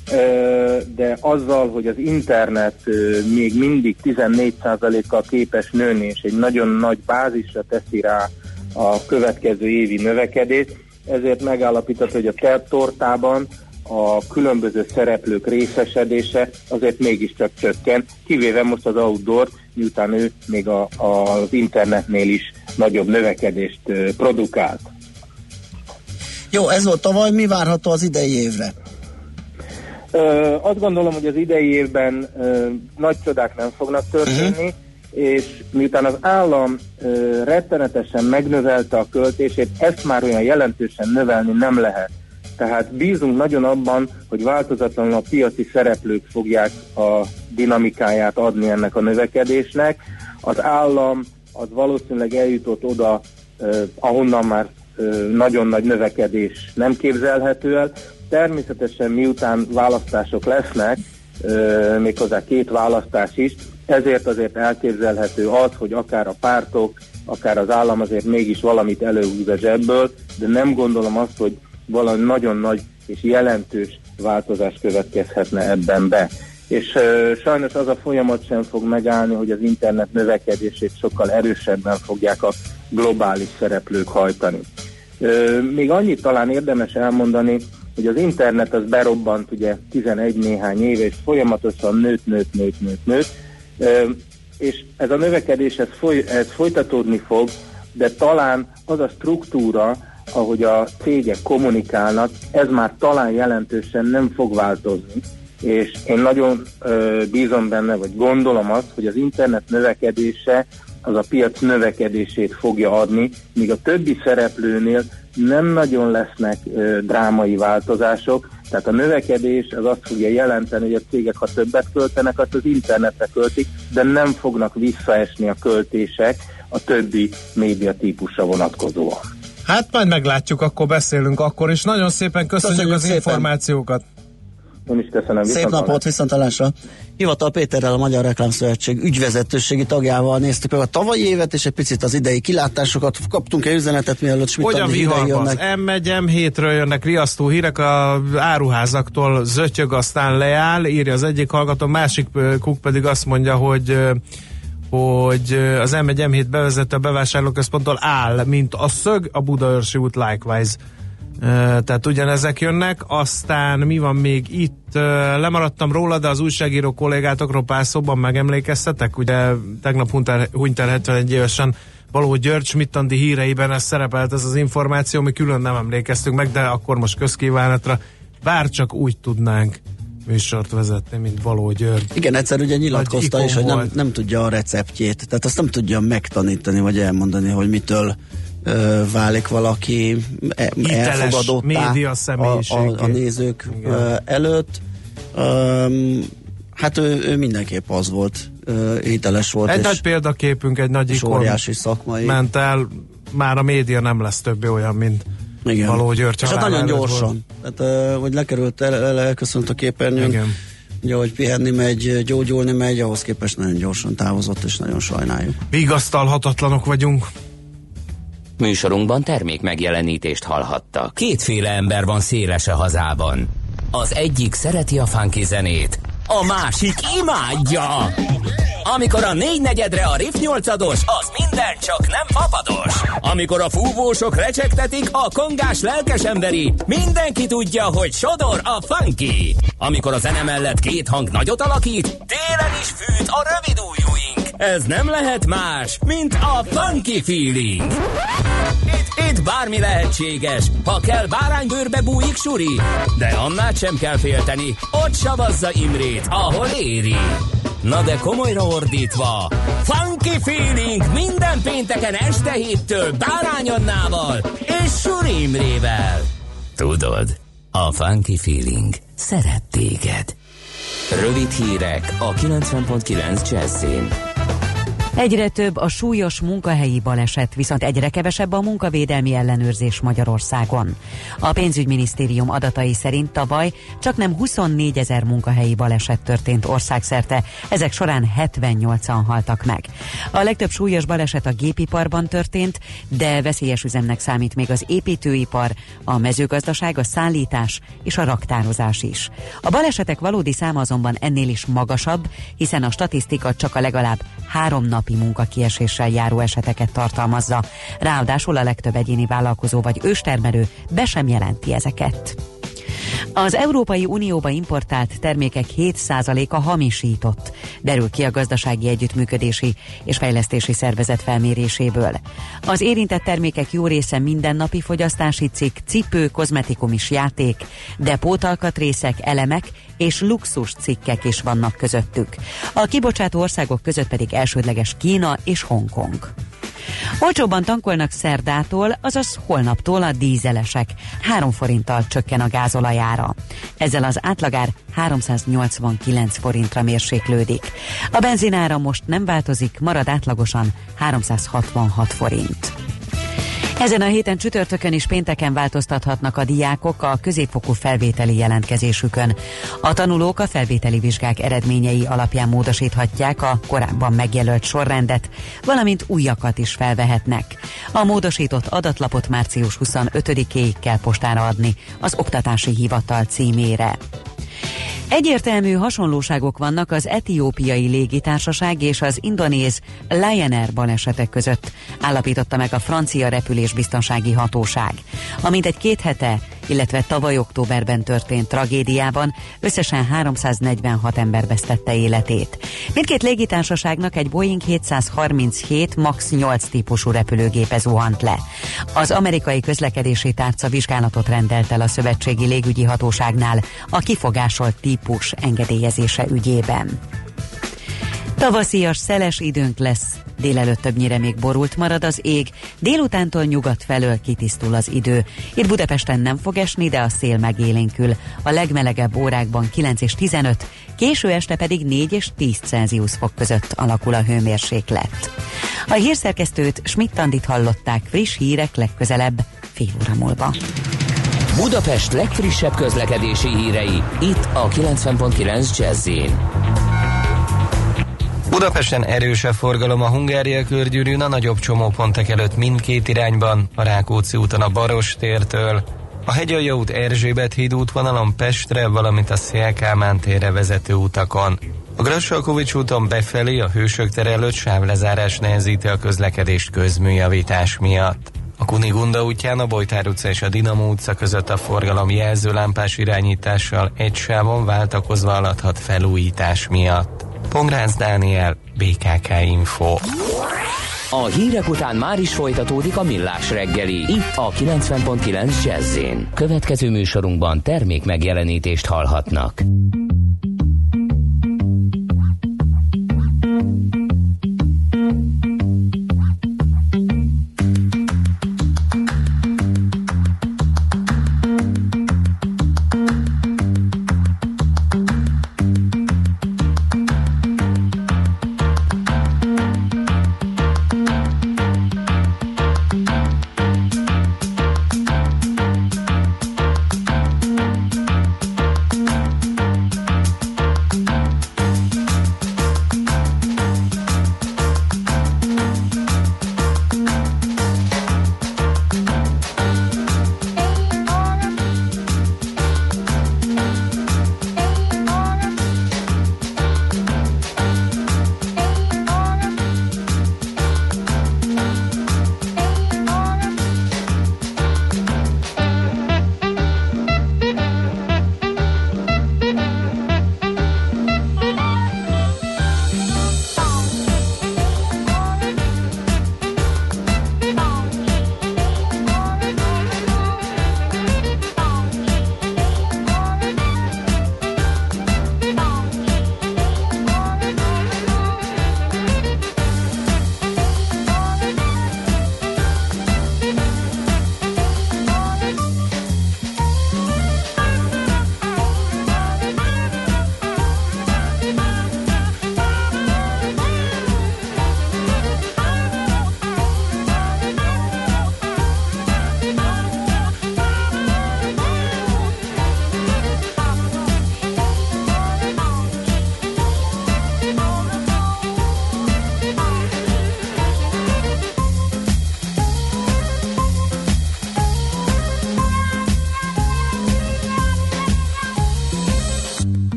de azzal, hogy az internet még mindig tizennégy százalékkal képes nőni, és egy nagyon nagy bázisra teszi rá a következő évi növekedést, ezért megállapított, hogy a tortában a különböző szereplők részesedése azért mégiscsak csökken, kivéve most az outdoor, miután ő még a, a, az internetnél is nagyobb növekedést produkált. Jó, ez volt tavaly, mi várható az idei évre? Ö, azt gondolom, hogy az idei évben ö, nagy csodák nem fognak történni, uh-huh. és miután az állam ö, rettenetesen megnövelte a költését, ezt már olyan jelentősen növelni nem lehet. Tehát bízunk nagyon abban, hogy változatlanul a piaci szereplők fogják a dinamikáját adni ennek a növekedésnek. Az állam az valószínűleg eljutott oda, ö, ahonnan már ö, nagyon nagy növekedés nem képzelhető el. Természetesen miután választások lesznek, euh, méghozzá két választás is, ezért azért elképzelhető az, hogy akár a pártok, akár az állam azért mégis valamit előhúz a zsebből, de nem gondolom azt, hogy valami nagyon nagy és jelentős változás következhetne ebben be. És euh, sajnos az a folyamat sem fog megállni, hogy az internet növekedését sokkal erősebben fogják a globális szereplők hajtani. Euh, még annyit talán érdemes elmondani, hogy az internet az berobbant ugye tizenegy néhány éve, és folyamatosan nőtt, nőtt, nőtt, nőtt, nőtt, és ez a növekedés ez, foly, ez folytatódni fog, de talán az a struktúra, ahogy a cégek kommunikálnak, ez már talán jelentősen nem fog változni, és én nagyon ö, bízom benne, vagy gondolom azt, hogy az internet növekedése az a piac növekedését fogja adni, míg a többi szereplőnél nem nagyon lesznek ö, drámai változások, tehát a növekedés az azt fogja jelenteni, hogy a cégek, ha többet költenek, azt az internetre költik, de nem fognak visszaesni a költések a többi média típusra vonatkozóan. Hát majd meglátjuk, akkor beszélünk akkor is. Nagyon szépen köszönjük, köszönjük az szépen. információkat. Én is köszönöm. Szép napot, viszontlátásra. Hivatal Péterrel, a Magyar Reklámszövetség ügyvezetőségi tagjával néztük meg a tavalyi évet, és egy picit az idei kilátásokat. Kaptunk-e üzenetet, mielőtt Schmidt-Andi hírei jönnek? em egy em hétről jönnek riasztó hírek, a áruházaktól zötyög, aztán leáll, írja az egyik hallgató, másik kuk pedig azt mondja, hogy hogy az em egy em hét bevezette a bevásárlóközponttól áll, mint a szög, a Budaörsi út likewise. Uh, tehát ugyanezek jönnek, aztán mi van még itt, uh, lemaradtam róla, de az újságíró kollégátokról pár szóban megemlékeztetek, ugye tegnap hunyt el hetvenegy évesen Balogh György, Schmidt-Andi híreiben ez szerepelt, ez az információ, mi külön nem emlékeztünk meg, de akkor most közkívánatra, bár csak úgy tudnánk műsort vezetni, mint Balogh György. Igen, egyszer ugye nyilatkozta is, hogy nem, nem tudja a receptjét, tehát azt nem tudja megtanítani, vagy elmondani, hogy mitől válik valaki elfogadottá a, a, a nézők Igen. előtt. Um, hát ő, ő mindenképp az volt, uh, hiteles volt. Egy nagy példaképünk, egy nagy ikon óriási szakmai. Ment el, már a média nem lesz többé olyan, mint Igen. Balogh György. És hát nagyon gyorsan. Tehát, uh, hogy lekerült, el, el, elköszönt a képernyőn. Igen. Ugye, hogy pihenni megy, gyógyulni megy, ahhoz képest nagyon gyorsan távozott, és nagyon sajnáljuk. Vigasztalhatatlanok vagyunk. Műsorunkban termék megjelenítést hallhattak. Kétféle ember van széles a hazában. Az egyik szereti a funky zenét, a másik imádja. Amikor a négynegyedre a Riff nyolcados, az minden csak nem fapados. Amikor a fúvósok recsegtetik, a kongás lelkesemberi, mindenki tudja, hogy sodor a funky. Amikor a zene mellett két hang nagyot alakít, télen is fűt a rövid ujjúink. Ez nem lehet más, mint a Funky Feeling. Itt, itt bármi lehetséges, ha kell báránybőrbe bújik suri, de annál sem kell félteni, ott savazza Imrét, ahol éri. Na de komolyra ordítva, Funky Feeling minden pénteken este héttől Bárány Annával és Suri Imrével. Tudod, a Funky Feeling szeret téged. Rövid hírek a kilencven pont kilenc Jazzin. Egyre több a súlyos munkahelyi baleset, viszont egyre kevesebb a munkavédelmi ellenőrzés Magyarországon. A pénzügyminisztérium adatai szerint tavaly csaknem huszonnégyezer munkahelyi baleset történt országszerte, ezek során hetvennyolcan haltak meg. A legtöbb súlyos baleset a gépiparban történt, de veszélyes üzemnek számít még az építőipar, a mezőgazdaság, a szállítás és a raktározás is. A balesetek valódi száma azonban ennél is magasabb, hiszen a statisztika csak a legalább három nap munkakieséssel járó eseteket tartalmazza. Ráadásul a legtöbb egyéni vállalkozó vagy őstermelő be sem jelenti ezeket. Az Európai Unióba importált termékek hét százaléka hamisított, derül ki a Gazdasági Együttműködési és Fejlesztési Szervezet felméréséből. Az érintett termékek jó része mindennapi fogyasztási cikk, cipő, kozmetikum és játék, de pótalkatrészek, elemek és luxus cikkek is vannak közöttük. A kibocsátó országok között pedig elsődleges Kína és Hongkong. Olcsóbban tankolnak szerdától, azaz holnaptól a dízelesek. Három forinttal csökken a gázolajára. Ezzel az átlagár háromszáznyolcvankilenc forintra mérséklődik. A benzinára most nem változik, marad átlagosan háromszázhatvanhat forint. Ezen a héten csütörtökön és pénteken változtathatnak a diákok a középfokú felvételi jelentkezésükön. A tanulók a felvételi vizsgák eredményei alapján módosíthatják a korábban megjelölt sorrendet, valamint újakat is felvehetnek. A módosított adatlapot március huszonötödikéig kell postára adni az Oktatási Hivatal címére. Egyértelmű hasonlóságok vannak az etiópiai légitársaság és az indonéz Lion Air balesetek között, állapította meg a francia repülésbiztonsági hatóság. Amint egy két hete, illetve tavaly októberben történt tragédiában összesen háromszáznegyvenhat ember vesztette életét. Mindkét légitársaságnak egy Boeing hétszázharminchét max nyolc típusú repülőgépe zuhant le. Az amerikai közlekedési tárca vizsgálatot rendelt el a szövetségi légügyi hatóságnál a kifogásolt típus engedélyezése ügyében. Tavaszias, szeles időnk lesz, délelőtt többnyire még borult marad az ég, délutántól nyugat felől kitisztul az idő. Itt Budapesten nem fog esni, de a szél megélénkül. A legmelegebb órákban kilenc és tizenöt, késő este pedig négy és tíz Celsius fok között alakul a hőmérséklet. A hírszerkesztőt, Schmidt-Andit hallották, friss hírek legközelebb fél óra múlva. Budapest legfrissebb közlekedési hírei, itt a kilencven pont kilenc Jazz-in. Budapesten erősebb forgalom a Hungária körgyűrűn, a nagyobb csomópontok előtt mindkét irányban, a Rákóczi úton a Baross tértől, a Hegyalja út Erzsébet híd útvonalon Pestre, valamint a Széll Kálmán térre vezető utakon. A Grassalkovich úton befelé a Hősök tere előtt sávlezárás nehezíti a közlekedést közműjavítás miatt. A Kunigunda útján a Bojtár utca és a Dinamo utca között a forgalom jelzőlámpás irányítással egy sávon váltakozva haladhat felújítás miatt. Pongrácz Dániel, bé ká ká Info. A hírek után már is folytatódik a Millás reggeli, itt a kilencven pont kilenc Jazz-in. Következő műsorunkban termék megjelenítést hallhatnak.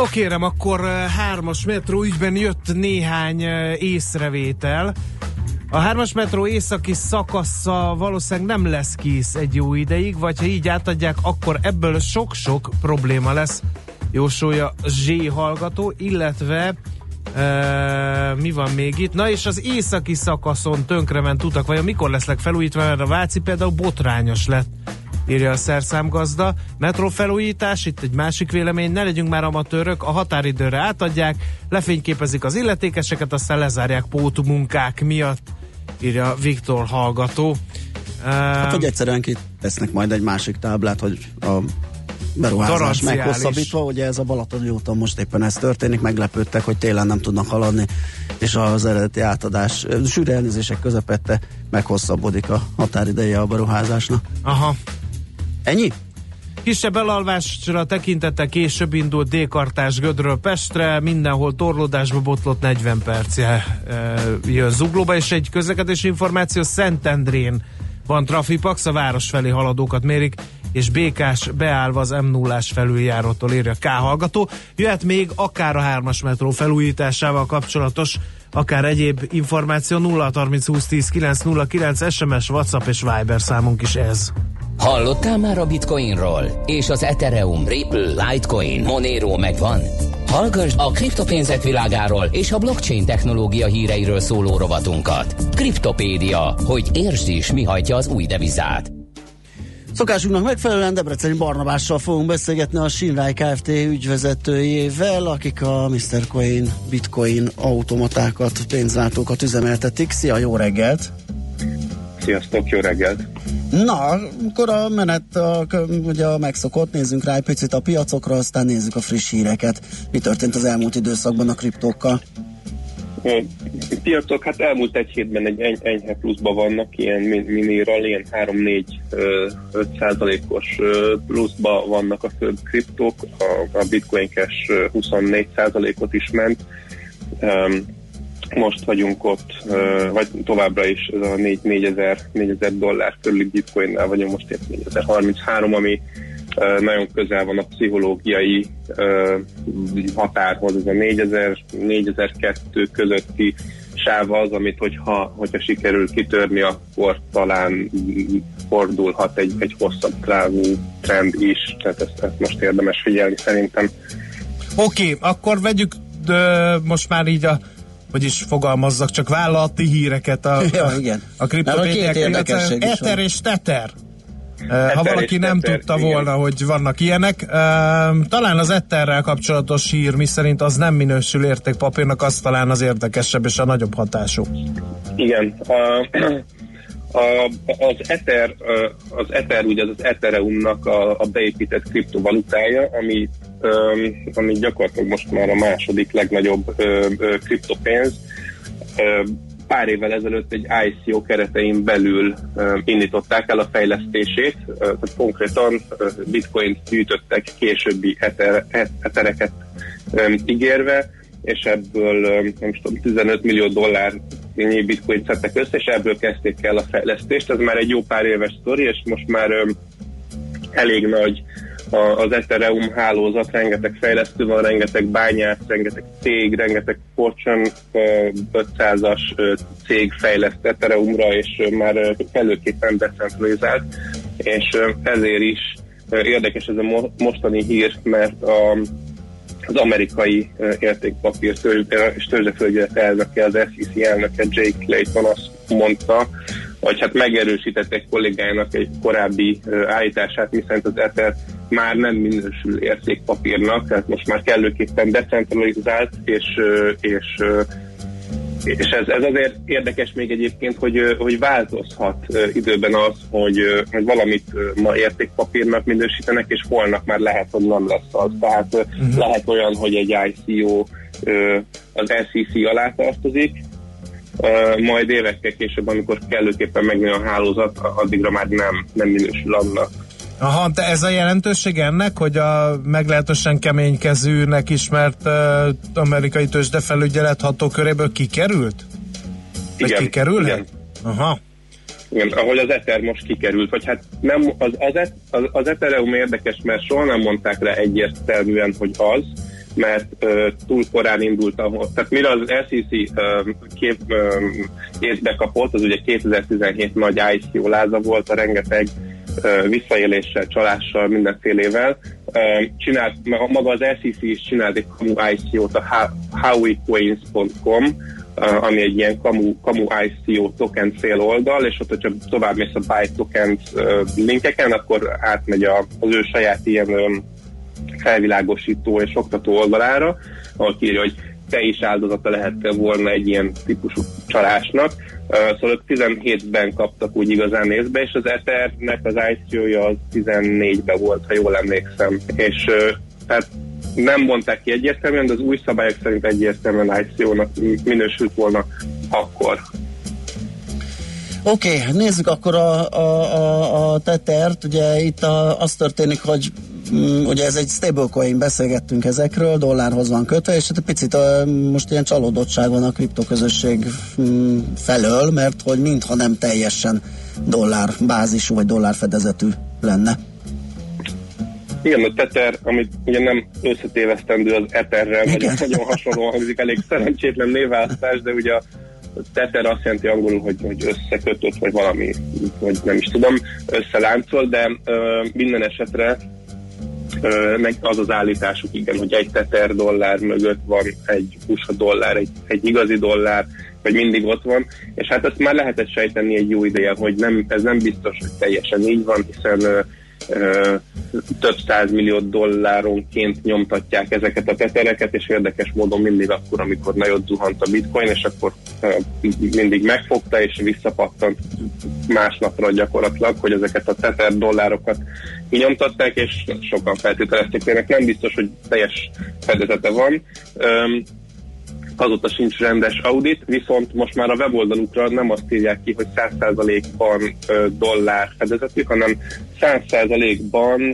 kérem, akkor hármas metró ügyben jött néhány észrevétel. A hármas metró északi szakasza valószínűleg nem lesz kész egy jó ideig, vagy ha így átadják, akkor ebből sok-sok probléma lesz, jósolja Zsé hallgató, illetve e, mi van még itt? Na és az északi szakaszon tönkrement utak, vajon mikor lesznek felújítva, mert a Váci például botrányos lett, írja a szerszámgazda. Metrófelújítás, itt egy másik vélemény, ne legyünk már amatőrök, a határidőre átadják, lefényképezik az illetékeseket, aztán lezárják pótmunkák miatt, írja Viktor hallgató. Hát, hogy egyszerűen kitesznek majd egy másik táblát, hogy a beruházás meghosszabbítva, ugye ez a Balatoni úton most éppen ez történik, meglepődtek, hogy télen nem tudnak haladni, és az eredeti átadás sűrű elnézések közepette meghosszabbodik a határideje a beruházásnak. Aha. Ennyi? Kisebb elalvásra tekintette később indult D-kartás Gödről Pestre, mindenhol torlódásba botlott negyven percje e, jön Zuglóba, és egy közlekedési információ, Szentendrén van trafipax, a város felé haladókat mérik, és Békás beállva az em nullás felüljárótól, írja K hallgató. Jöhet még akár a hármas metró felújításával kapcsolatos, akár egyéb információ. Nulla harminc húsz tíz kilenc nulla kilenc es em es, WhatsApp és Viber számunk is ez. Hallottál már a Bitcoinról? És az Ethereum, Ripple, Litecoin, Monero megvan? Hallgass a kriptopénzek világáról és a blockchain technológia híreiről szóló rovatunkat. Kriptopédia, hogy értsd is, mi hajtja az új devizát. Szokásunknak megfelelően Debreceni Barnabással fogunk beszélgetni, a Shinrai Kft. Ügyvezetőjével, akik a miszter Coin, Bitcoin automatákat, pénzváltókat üzemeltetik. Szia, jó reggelt! Sziasztok, jó reggelt! Na, akkor a menet a, ugye a megszokott, nézzünk rá egy picit a piacokra, aztán nézzük a friss híreket. Mi történt az elmúlt időszakban a kriptókkal? A piacok, hát elmúlt egy hétben egy eny- enyhe pluszban vannak, ilyen miniral, ilyen három-négy-öt százalékos pluszban vannak a főbb kriptók, a, a Bitcoin Cash huszonnégy százalékot is ment. Most vagyunk ott, vagy továbbra is ez a négyezer dollár körüli bitcoinnál vagyunk, most épp négyezer-harminchárom, ami nagyon közel van a pszichológiai határhoz, ez a négyezer-kétezer közötti sáv az, amit hogyha, hogyha sikerül kitörni, akkor talán fordulhat egy, egy hosszabb távú trend is, tehát ezt, ezt most érdemes figyelni szerintem. Oké, okay, akkor vegyük de most már így a hogy is fogalmazzak, csak vállalati híreket a, ja, igen. a kriptopédiák. Ether és Tether. Ether ha valaki nem Tether, tudta igen. volna, hogy vannak ilyenek. Talán az Etherrel kapcsolatos hír, miszerint az nem minősül értékpapírnak, az talán az érdekesebb és a nagyobb hatású. Igen. A, a, az Ether, az Ether ugye az, az Ethereumnak a, a beépített kriptovalutája, ami Um, ami gyakorlatilag most már a második legnagyobb uh, uh, kriptopénz. Uh, pár évvel ezelőtt egy I C O keretein belül uh, indították el a fejlesztését, uh, tehát konkrétan uh, bitcoint gyűjtöttek későbbi ether, ethereket um, ígérve, és ebből um, nem tudom, tizenöt millió dollárnyi bitcoint szedtek össze, és ebből kezdték el a fejlesztést. Ez már egy jó pár éves sztori, és most már um, elég nagy az Ethereum hálózat, rengeteg fejlesztő van, rengeteg bányász, rengeteg cég, rengeteg Fortune ötszázas cég fejleszt Ethereumra, és már kellőképpen decentralizált, és ezért is érdekes ez a mostani hír, mert a, az amerikai értékpapír és tőzsdefölügyelet elnöke, az S E C elnöke Jake Clayton azt mondta, vagy hát megerősített egy kollégájának egy korábbi uh, állítását, miszerint az Ether már nem minősül értékpapírnak, tehát most már kellőképpen decentralizált, és, uh, és, uh, és ez, ez azért érdekes még egyébként, hogy, uh, hogy változhat uh, időben az, hogy, uh, hogy valamit uh, ma értékpapírnak minősítenek, és holnap már lehet, hogy nem lesz az. Tehát uh, uh-huh. lehet olyan, hogy egy I C O uh, az S E C alá tartozik, Uh, majd évekkel később, amikor kellőképpen megnő a hálózat, addigra már nem, nem minősül annak. Aha, de ez a jelentőség ennek, hogy a meglehetősen keménykezűnek ismert uh, amerikai tőzsdefelügyelet hatóköréből kikerült? Vagy igen, kikerülhet? Igen. Aha. Igen, ahogy az Ether most kikerült, vagy hát nem, az, az, az, az Ethereum érdekes, mert soha nem mondták rá egyértelműen, hogy az, mert uh, túl korán indult ahhoz. Tehát mire az es i cé uh, kép um, észbe kapott, az ugye kétezer-tizenhét nagy i cé o láza volt, a rengeteg uh, visszaéléssel, csalással, mindenfélével. Uh, csinált, maga az es i cé is csinált egy kamu i cé o-t, a howycoins pont com, Uh, ami egy ilyen kamu, kamu i cé o token cél oldal, és ott, hogyha tovább mész a buy tokens uh, linkeken, akkor átmegy a, az ő saját ilyen um, felvilágosító és oktató oldalára, ahol írja, hogy te is áldozata lehettél volna egy ilyen típusú csalásnak. Uh, szóval tizenhétben kaptak úgy igazán észbe, és az Ethernek az i cé o-ja az tizennégyben volt, ha jól emlékszem. És uh, tehát nem mondták ki egyértelműen, de az új szabályok szerint egyértelműen i cé o-nak minősült volna akkor. Oké, okay, nézzük akkor a, a, a, a Tethert. Ugye itt a, az történik, hogy mm, ugye ez egy stablecoin, beszélgettünk ezekről, dollárhoz van kötve, és hát egy picit a, most ilyen csalódottság van a kriptoközösség mm, felől, mert hogy mintha nem teljesen dollár bázisú, vagy dollár fedezetű lenne. Igen, a Tether, amit ugye nem összetévesztendő az Etherrel, nagyon, nagyon hasonlóan hangzik, elég szerencsétlen névválasztás, de ugye a Tether azt jelenti angolul, hogy, hogy összekötött, vagy valami, vagy nem is tudom, összeláncol, de ö, minden esetre ö, meg az az állításuk, igen, hogy egy Tether dollár mögött van egy u es á dollár, egy, egy igazi dollár, vagy mindig ott van, és hát ezt már lehetett sejteni egy jó ideje, hogy nem, ez nem biztos, hogy teljesen így van, hiszen ö, ö, több százmillió dolláronként nyomtatják ezeket a tethereket, és érdekes módon mindig akkor, amikor nagyot zuhant a bitcoin, és akkor ö, mindig megfogta, és visszapattant másnapra gyakorlatilag, hogy ezeket a tether dollárokat kinyomtatták, és sokan feltételezték, hogy ennek nem biztos, hogy teljes fedezete van. Ö, azóta sincs rendes audit, viszont most már a weboldalukra nem azt írják ki, hogy száz százalékban dollár fedezetű, hanem száz százalékban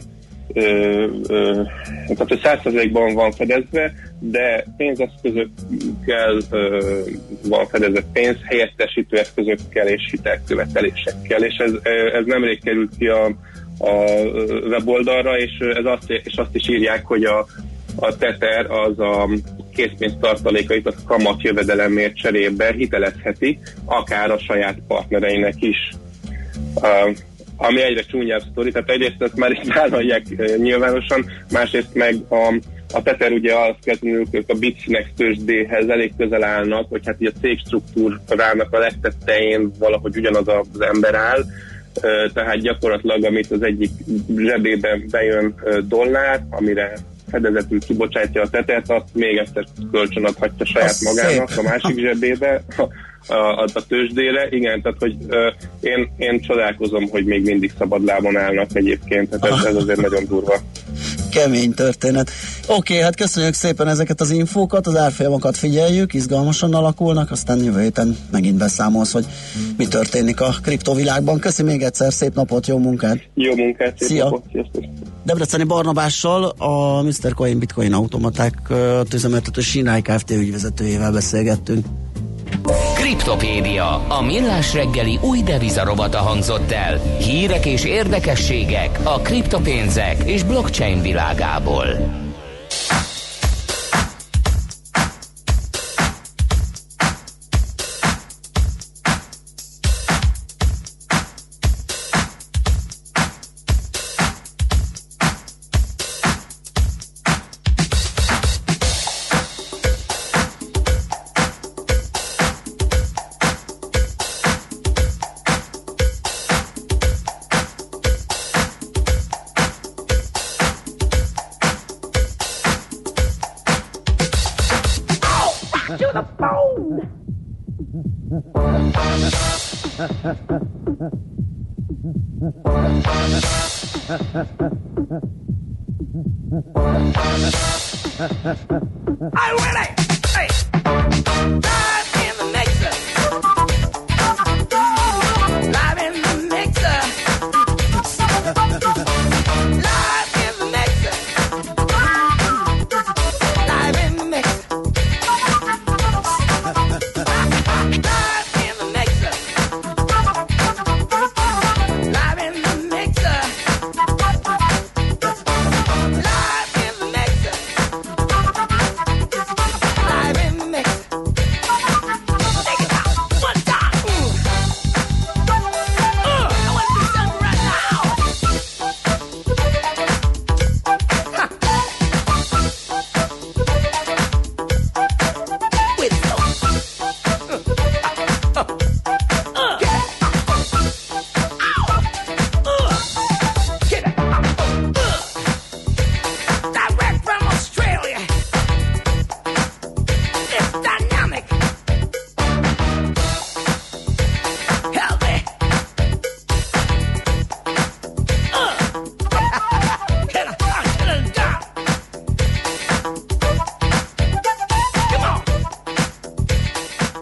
tehát hogy száz százalékban van fedezve, de pénzeszközökkel ö, van fedezett pénz, helyettesítő eszközökkel és hitelkövetelésekkel, és ez, ez nemrég került ki a, a weboldalra, és, ez azt, és azt is írják, hogy a, a Tether az a készpénz tartalékait a kamat jövedelemért cserébe hitelezheti, akár a saját partnereinek is. Uh, ami egyre csúnyább sztori, tehát egyrészt ezt már is vállalják uh, nyilvánosan, másrészt meg a, a Tether ugye azt kezdőnül, ők a Bitfinex tőzsdéhez elég közel állnak, hogy hát így a cégstruktúrának a legtettején valahogy ugyanaz az ember áll, uh, tehát gyakorlatilag amit az egyik zsebében bejön uh, dollár, amire fedezetül kibocsátja a Tethert, azt még egyszer kölcsönadhatja saját az magának szép. A másik zsebébe, a, a, a tőzsdére. Igen, tehát hogy ö, én, én csodálkozom, hogy még mindig szabadlábon állnak egyébként, tehát ez, ez azért nagyon durva. Kemény történet. Oké, okay, hát köszönjük szépen ezeket az infókat, az árfolyamokat figyeljük, izgalmasan alakulnak, aztán jövő héten megint beszámolsz, hogy mi történik a kriptovilágban. Köszi még egyszer, szép napot, jó munkát! Jó munkát, szép Szia. napot, sziasztok! Debreceni Barnabással, a miszter Coin Bitcoin automaták üzemeltető Sinai Kft. Ügyvezetőjével beszélgettünk. Kriptopédia, a millás reggeli új devizarobata hangzott el. Hírek és érdekességek a kriptopénzek és blockchain világából.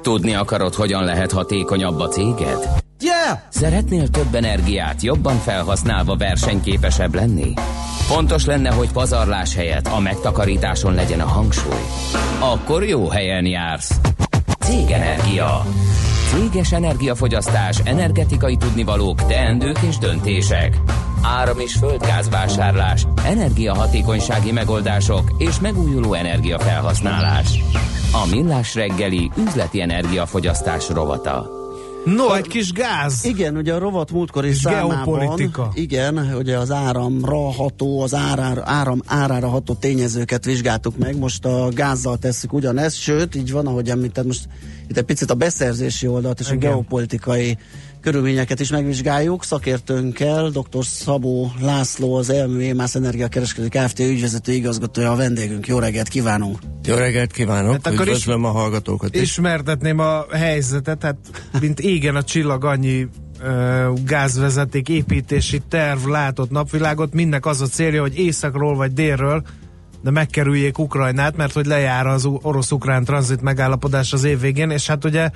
Tudni akarod, hogyan lehet hatékonyabb a céged? Yeah! Szeretnél több energiát jobban felhasználva versenyképesebb lenni? Fontos lenne, hogy pazarlás helyett a megtakarításon legyen a hangsúly. Akkor jó helyen jársz. Cégenergia. Céges energiafogyasztás, energetikai tudnivalók, teendők és döntések. Áram- és földgázvásárlás, energiahatékonysági megoldások és megújuló energiafelhasználás. A Millás reggeli üzleti energiafogyasztás rovata. No, egy kis gáz. Igen, ugye a rovat múltkori és számában, geopolitika. igen, ugye az áramra ható, az árára, áram árára ható tényezőket vizsgáltuk meg, most a gázzal tesszük ugyanezt, sőt, így van, ahogy említed, most itt egy picit a beszerzési oldalt és igen. a geopolitikai körülményeket is megvizsgáljuk. Szakértőnkkel dr. Szabó László, az Elmű Émász Energiakereskedő Kft. Ügyvezető igazgatója a vendégünk. Jó reggelt kívánunk! Jó reggelt kívánok! Hát akkor üdvözlöm a hallgatókat is. Ismertetném a helyzetet, hát mint égen a csillag, annyi ö, gázvezeték építési terv látott napvilágot, mindnek az a célja, hogy északról vagy délről, de megkerüljék Ukrajnát, mert hogy lejár az orosz-ukrán tranzit megállapodás az év végén, és hát ugye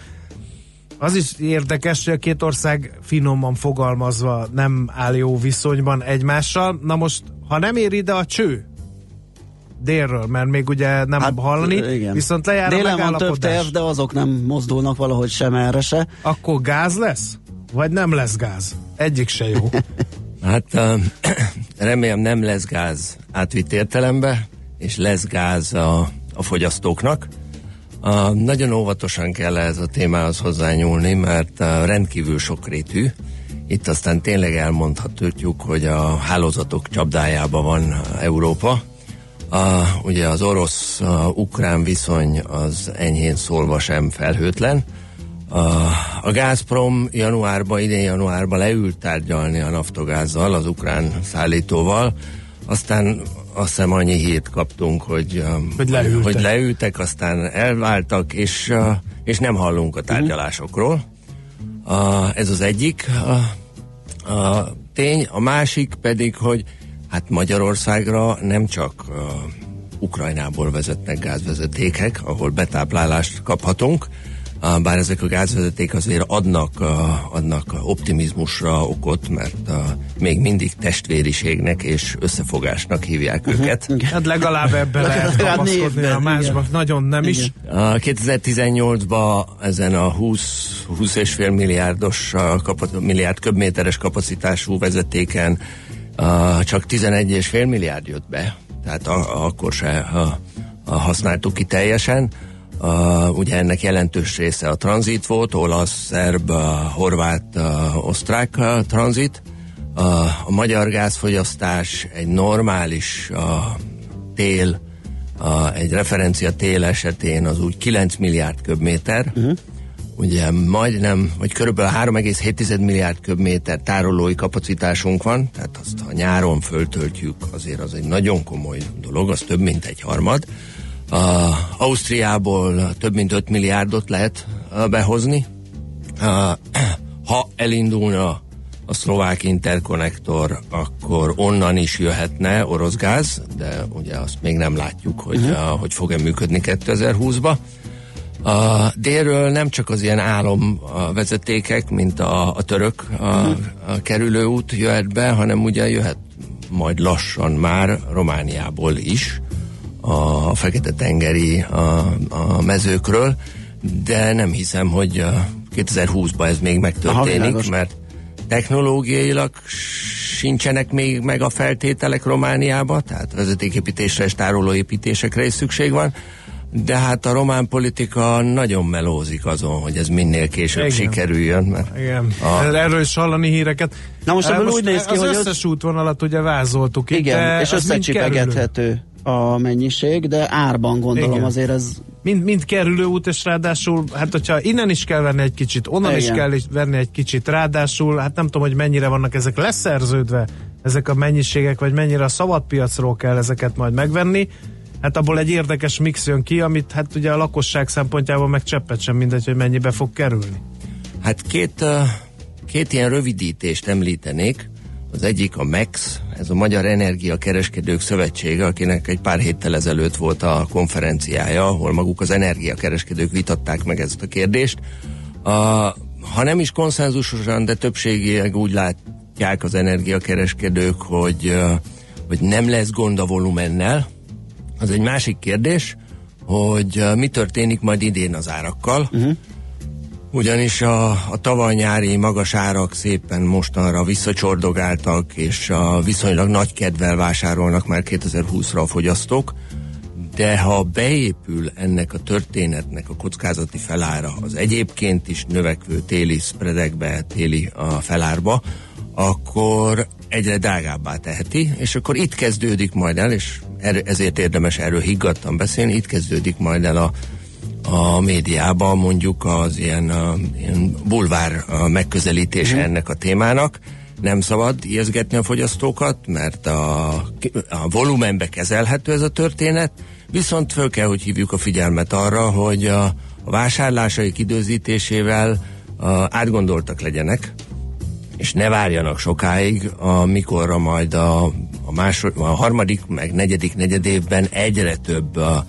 az is érdekes, hogy a két ország finoman fogalmazva nem áll jó viszonyban egymással. Na most, ha nem ér ide a cső délről, mert még ugye nem hát, hallani, igen. viszont lejár délen a megállapodás. Van több terv, de azok nem mozdulnak valahogy sem erre se. Akkor gáz lesz? Vagy nem lesz gáz? Egyik se jó. Hát uh, remélem nem lesz gáz átvitt értelemben, és lesz gáz a, a fogyasztóknak. Uh, nagyon óvatosan kell ez a témához hozzányúlni, mert uh, rendkívül sokrétű. Itt aztán tényleg elmondhatjuk, hogy a hálózatok csapdájában van Európa. Uh, ugye az orosz-ukrán uh, viszony az enyhén szólva sem felhőtlen. Uh, a Gazprom januárban, idén januárban leült tárgyalni a Naftogázzal, az ukrán szállítóval, aztán azt hiszem annyi hírt kaptunk, hogy, hogy, leültek. hogy leültek, aztán elváltak, és, és nem hallunk a tárgyalásokról. Ez az egyik a, a tény. A másik pedig, hogy hát Magyarországra nem csak Ukrajnából vezetnek gázvezetékek, ahol betáplálást kaphatunk, bár ezek a gázvezeték azért adnak, adnak optimizmusra okot, mert még mindig testvériségnek és összefogásnak hívják uh-huh. őket. Hát legalább ebben lehet kapaszkodni, a másban nagyon nem igen. is. kétezer-tizennyolcban ezen a húsz és fél milliárdos kapac- milliárd köbméteres kapacitású vezetéken csak tizenegy és fél milliárd jött be, tehát a- akkor se a- a használtuk ki teljesen. Uh, ugye ennek jelentős része a tranzit volt, olasz, szerb, uh, horvát, uh, osztrák uh, tranzit. Uh, a magyar gázfogyasztás egy normális uh, tél, uh, egy referencia tél esetén az úgy kilenc milliárd köbméter. Uh-huh. Ugye majdnem, vagy körülbelül három egész hét milliárd köbméter tárolói kapacitásunk van, tehát azt ha nyáron föltöltjük, azért az egy nagyon komoly dolog, az több mint egy harmad. Uh, Ausztriából több mint öt milliárdot lehet uh, behozni. Uh, ha elindulna a szlovák interkonnektor, akkor onnan is jöhetne orosz gáz, de ugye azt még nem látjuk, hogy, uh-huh. uh, hogy fog-e működni kétezer-húszban. Uh, délről nem csak az ilyen álomvezetékek, mint a, a török a, uh-huh. a kerülőút jöhet be, hanem ugye jöhet majd lassan már Romániából is a Fekete-tengeri a, a mezőkről, de nem hiszem, hogy kétezer-húszban ez még megtörténik, Aha, mert technológiailag sincsenek még meg a feltételek Romániába, tehát vezetéképítésre és tárolóépítésekre is szükség van, de hát a román politika nagyon melózik azon, hogy ez minél később igen. sikerüljön. Mert igen, a... erről is hallani híreket. Na most ebből úgy néz ki, az hogy összes az... útvonalat ugye vázoltuk itt, igen, és összecsipegethető a mennyiség, de árban gondolom igen. azért ez... Mind, mind kerülő út, és ráadásul, hát hogyha innen is kell venni egy kicsit, onnan igen. is kell venni egy kicsit, ráadásul, hát nem tudom, hogy mennyire vannak ezek leszerződve, ezek a mennyiségek, vagy mennyire a szabadpiacról kell ezeket majd megvenni. Hát abból egy érdekes mix jön ki, amit hát ugye a lakosság szempontjából meg cseppet sem mindegy, hogy mennyibe fog kerülni. Hát két, két ilyen rövidítést említenék. Az egyik a MEX, ez a Magyar Energiakereskedők Szövetsége, akinek egy pár héttel ezelőtt volt a konferenciája, ahol maguk az energiakereskedők vitatták meg ezt a kérdést. A, ha nem is konszenzusosan, de többségileg úgy látják az energiakereskedők, hogy, hogy nem lesz gond a volumennel. Az egy másik kérdés, hogy mi történik majd idén az árakkal. Uh-huh. Ugyanis a, a tavaly nyári magas árak szépen mostanra visszacsordogáltak, és a viszonylag nagy kedvel vásárolnak már kétezer-húszra a fogyasztók, de ha beépül ennek a történetnek a kockázati felára az egyébként is növekvő téli spreadekbe, téli a felárba, akkor egyre drágábbá teheti, és akkor itt kezdődik majd el, és er, ezért érdemes erről higgadtan beszélni, itt kezdődik majd el a a médiában mondjuk az ilyen, a, ilyen bulvár a megközelítése mm. ennek a témának. Nem szabad ijeszgetni a fogyasztókat, mert a, a volumenbe kezelhető ez a történet, viszont föl kell, hogy hívjuk a figyelmet arra, hogy a, a vásárlásaik időzítésével a, átgondoltak legyenek, és ne várjanak sokáig, amikorra majd a, a, másod, a harmadik, meg negyedik negyedévben egyre több a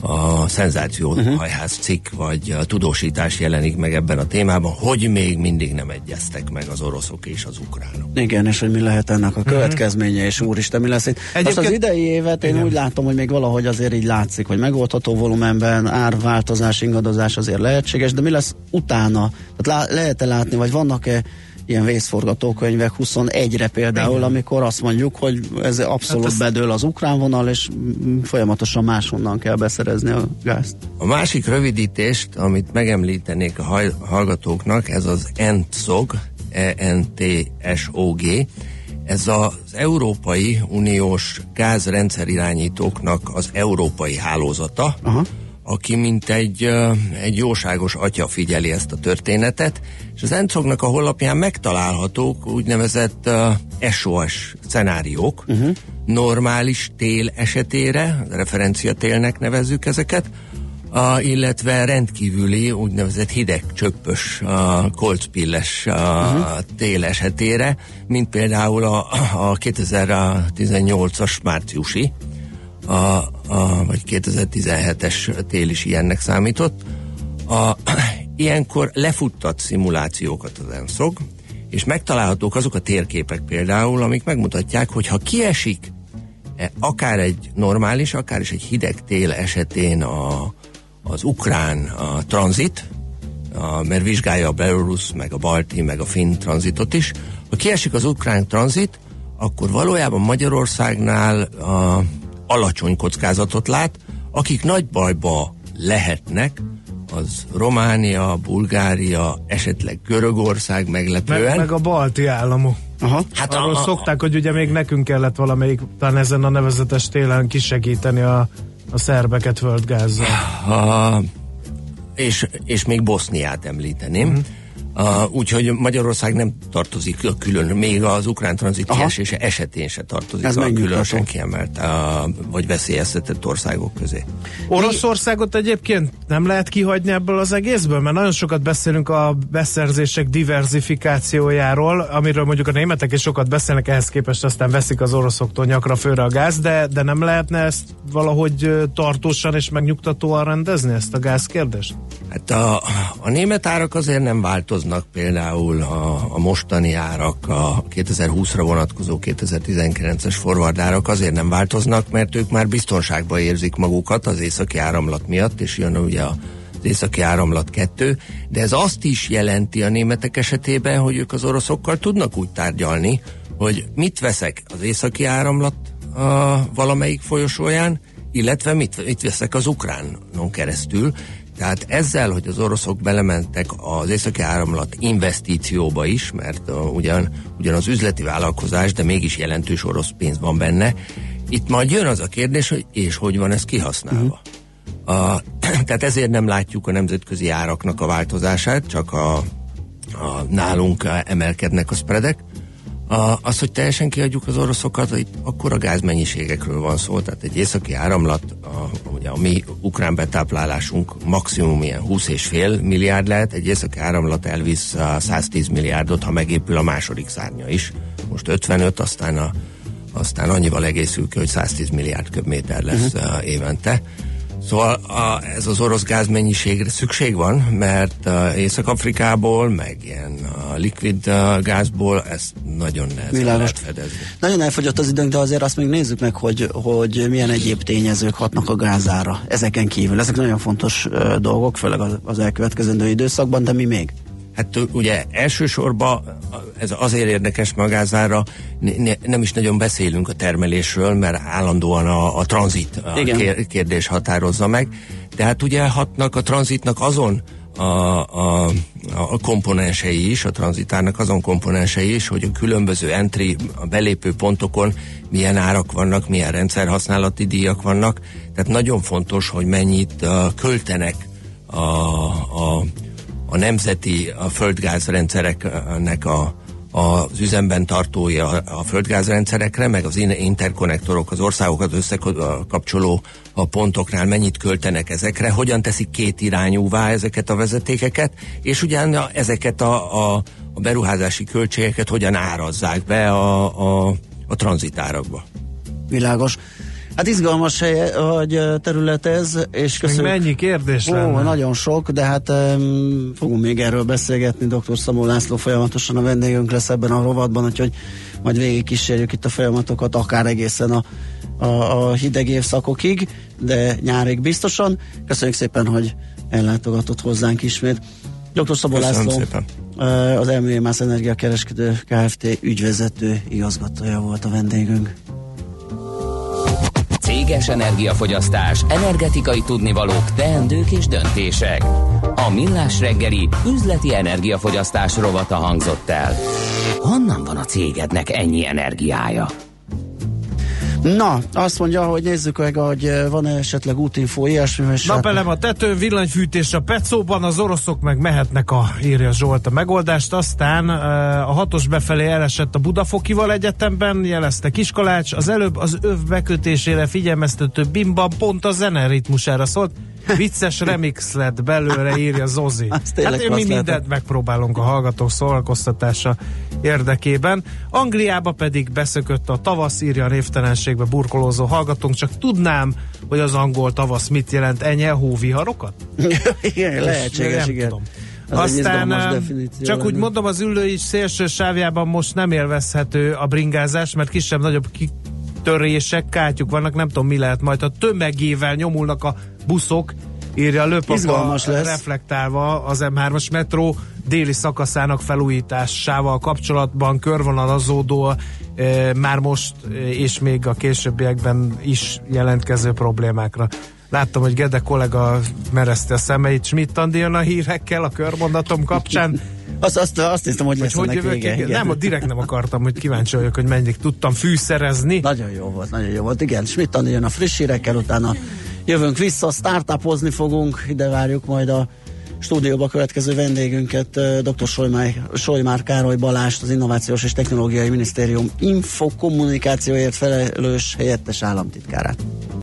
a szenzáció uh-huh. hajház cikk vagy a tudósítás jelenik meg ebben a témában, hogy még mindig nem egyeztek meg az oroszok és az ukránok. Igen, és hogy mi lehet ennek a következménye, uh-huh. és úristen, mi lesz itt. Egyébként... Most az idei évet én igen. úgy látom, hogy még valahogy azért így látszik, hogy megoldható volumenben árváltozás, ingadozás azért lehetséges, de mi lesz utána? Tehát lá- lehet-e látni, vagy vannak-e ilyen vészforgatókönyvek huszonegyre például, igen. amikor azt mondjuk, hogy ez abszolút hát ez... bedől az ukrán vonal, és folyamatosan máshonnan kell beszerezni a gázt. A másik rövidítést, amit megemlítenék a haj- hallgatóknak, ez az E N T S O G, E N T S O G, ez az Európai Uniós gázrendszerirányítóknak az európai hálózata, aha. aki mint egy, egy jóságos atya figyeli ezt a történetet, és az E N T S O G-nak a honlapján megtalálhatók úgynevezett uh, S O S szenáriók, uh-huh. normális tél esetére, referenciatélnek nevezzük ezeket, uh, illetve rendkívüli úgynevezett hideg csöppös, uh, kolcpilles uh, uh-huh. tél esetére, mint például a, a kétezer-tizennyolcas márciusi, A, a, vagy kétezer-tizenhetes tél is ilyennek számított. A, ilyenkor lefuttat szimulációkat az E N T S O G, és megtalálhatók azok a térképek például, amik megmutatják, hogy ha kiesik akár egy normális, akár is egy hideg tél esetén a, az ukrán a tranzit, a, mert vizsgálja a belorusz, meg a balti, meg a finn tranzitot is, ha kiesik az ukrán tranzit, akkor valójában Magyarországnál a alacsony kockázatot lát, akik nagy bajba lehetnek, az Románia, Bulgária, esetleg Görögország meglepően. Meg, meg a balti államok. Aha. Hát arról a, a, szokták, hogy ugye még nekünk kellett valamelyik, talán ezen a nevezetes télen kisegíteni a, a szerbeket földgázzal. A, és, és még Boszniát említeném. Uh-huh. Uh, úgyhogy Magyarország nem tartozik külön, még az ukrán tranzit kiesése esetén se tartozik ez a különösen kiemelt uh, vagy veszélyeztetett országok közé. Oroszországot egyébként nem lehet kihagyni ebből az egészből, mert nagyon sokat beszélünk a beszerzések diverzifikációjáról, amiről mondjuk a németek is sokat beszélnek, ehhez képest aztán veszik az oroszoktól nyakra főre a gáz, de, de nem lehetne ezt valahogy tartósan és megnyugtatóan rendezni, ezt a gázkérdést? Hát a, a német árak azért nem változnak, például a, a mostani árak, a kétezer-húszra vonatkozó kétezer-tizenkilences forward árak azért nem változnak, mert ők már biztonságban érzik magukat az északi áramlat miatt, és jön ugye az északi áramlat kettő, de ez azt is jelenti a németek esetében, hogy ők az oroszokkal tudnak úgy tárgyalni, hogy mit veszek az északi áramlat a valamelyik folyosóján, illetve mit, mit veszek az ukránon keresztül. Tehát ezzel, hogy az oroszok belementek az északi áramlat investícióba is, mert uh, ugyan, ugyan az üzleti vállalkozás, de mégis jelentős orosz pénz van benne, itt majd jön az a kérdés, hogy és hogy van ez kihasználva. Uh-huh. Uh, tehát ezért nem látjuk a nemzetközi áraknak a változását, csak a, a nálunk emelkednek a spreadek. A, az, hogy teljesen kiadjuk az oroszokat, itt akkor a gázmennyiségekről van szó, tehát egy északi áramlat, a, ugye a mi ukrán betáplálásunk maximum ilyen húsz és fél milliárd lehet, egy északi áramlat elvisz száztíz milliárdot, ha megépül a második szárnya is, most ötvenöt, aztán, a, aztán annyival egészül ki, hogy száztíz milliárd köbméter lesz uh-huh. évente. Szóval a, ez az orosz gázmennyiségre szükség van, mert uh, Észak-Afrikából, meg ilyen uh, likvid uh, gázból ezt nagyon nehezen lehet fedezni. Nagyon elfogyott az időnk, de azért azt még nézzük meg, hogy, hogy milyen egyéb tényezők hatnak a gázára ezeken kívül. Ezek nagyon fontos uh, dolgok, főleg az, az elkövetkezendő időszakban, de mi még? Hát ugye elsősorban ez azért érdekes magázára, ne, nem is nagyon beszélünk a termelésről, mert állandóan a, a tranzit a kérdés határozza meg. De hát ugye hatnak a tranzitnak azon a, a, a komponensei is, a tranzitárnak azon komponensei is, hogy a különböző entry, a belépő pontokon milyen árak vannak, milyen rendszerhasználati díjak vannak. Tehát nagyon fontos, hogy mennyit uh, költenek a, a a nemzeti a földgázrendszereknek a, az üzemben tartója a földgázrendszerekre, meg az interkonnektorok, az országokat összekapcsoló a pontoknál mennyit költenek ezekre, hogyan teszik két irányúvá ezeket a vezetékeket, és ugyan ezeket a, a, a beruházási költségeket hogyan árazzák be a, a, a tranzitárakba. Világos. Hát izgalmas hely, hogy terület ez, és köszönjük. Mennyi kérdés Ó, lenne? Nagyon sok, de hát um, fogunk még erről beszélgetni. doktor Szabó László folyamatosan a vendégünk lesz ebben a rovatban, úgyhogy majd végig kísérjük itt a folyamatokat, akár egészen a, a, a hideg évszakokig, de nyárig biztosan. Köszönjük szépen, hogy ellátogatott hozzánk ismét. doktor Szabó Köszönöm László, szépen. az em vé Mász Energiakereskedő Kft. Ügyvezető igazgatója volt a vendégünk. Céges energiafogyasztás, energetikai tudnivalók, teendők és döntések. A Millás reggeli üzleti energiafogyasztás rovata hangzott el. Honnan van a cégednek ennyi energiája? Na, azt mondja, hogy nézzük meg, hogy van-e esetleg útinfó, ilyesmi. Napelem a tetőn, villanyfűtés a Pecóban, az oroszok meg mehetnek, a, írja Zsolt a megoldást. Aztán a hatos befelé elesett a Budafokival egyetemben, jelezte Kiskalács. Az előbb az öv bekötésére figyelmeztető bimban pont a zene ritmusára szólt. Vicces remix lett belőle, írja Zozi. Hát én mi mindent megpróbálunk a hallgatók szórakoztatása érdekében. Angliába pedig beszökött a tavasz, írja a névtelenségbe burkolózó hallgatónk, csak tudnám, hogy az angol tavasz mit jelent, ennyi hóviharokat? Igen, lehetséges, nem igen. tudom. Az Aztán csak lenne. Úgy mondom, az ülői szélső sávjában most nem élvezhető a bringázás, mert kisebb-nagyobb kitörések, kátyuk vannak, nem tudom mi lehet majd, a tömegével nyomulnak a buszok, írja Lőpapa reflektálva az em hármas metró déli szakaszának felújításával kapcsolatban körvonalazódó e, már most e, és még a későbbiekben is jelentkező problémákra. Láttam, hogy Gede kollega mereszti a szemeit. Schmidt Andi jön a hírekkel a körmondatom kapcsán. Azt, azt, azt hiszem, hogy lesz hogy ennek vége. Igen. Nem, direkt nem akartam, hogy kíváncsi vagyok, hogy mennyit tudtam fűszerezni. Nagyon jó volt, nagyon jó volt. Igen, Schmidt Andi jön a friss hírekkel, utána jövünk vissza, startupozni fogunk, ide várjuk majd a stúdióba következő vendégünket, dr. Solymár Károly Balást, az Innovációs és Technológiai Minisztérium infokommunikációért felelős helyettes államtitkárát.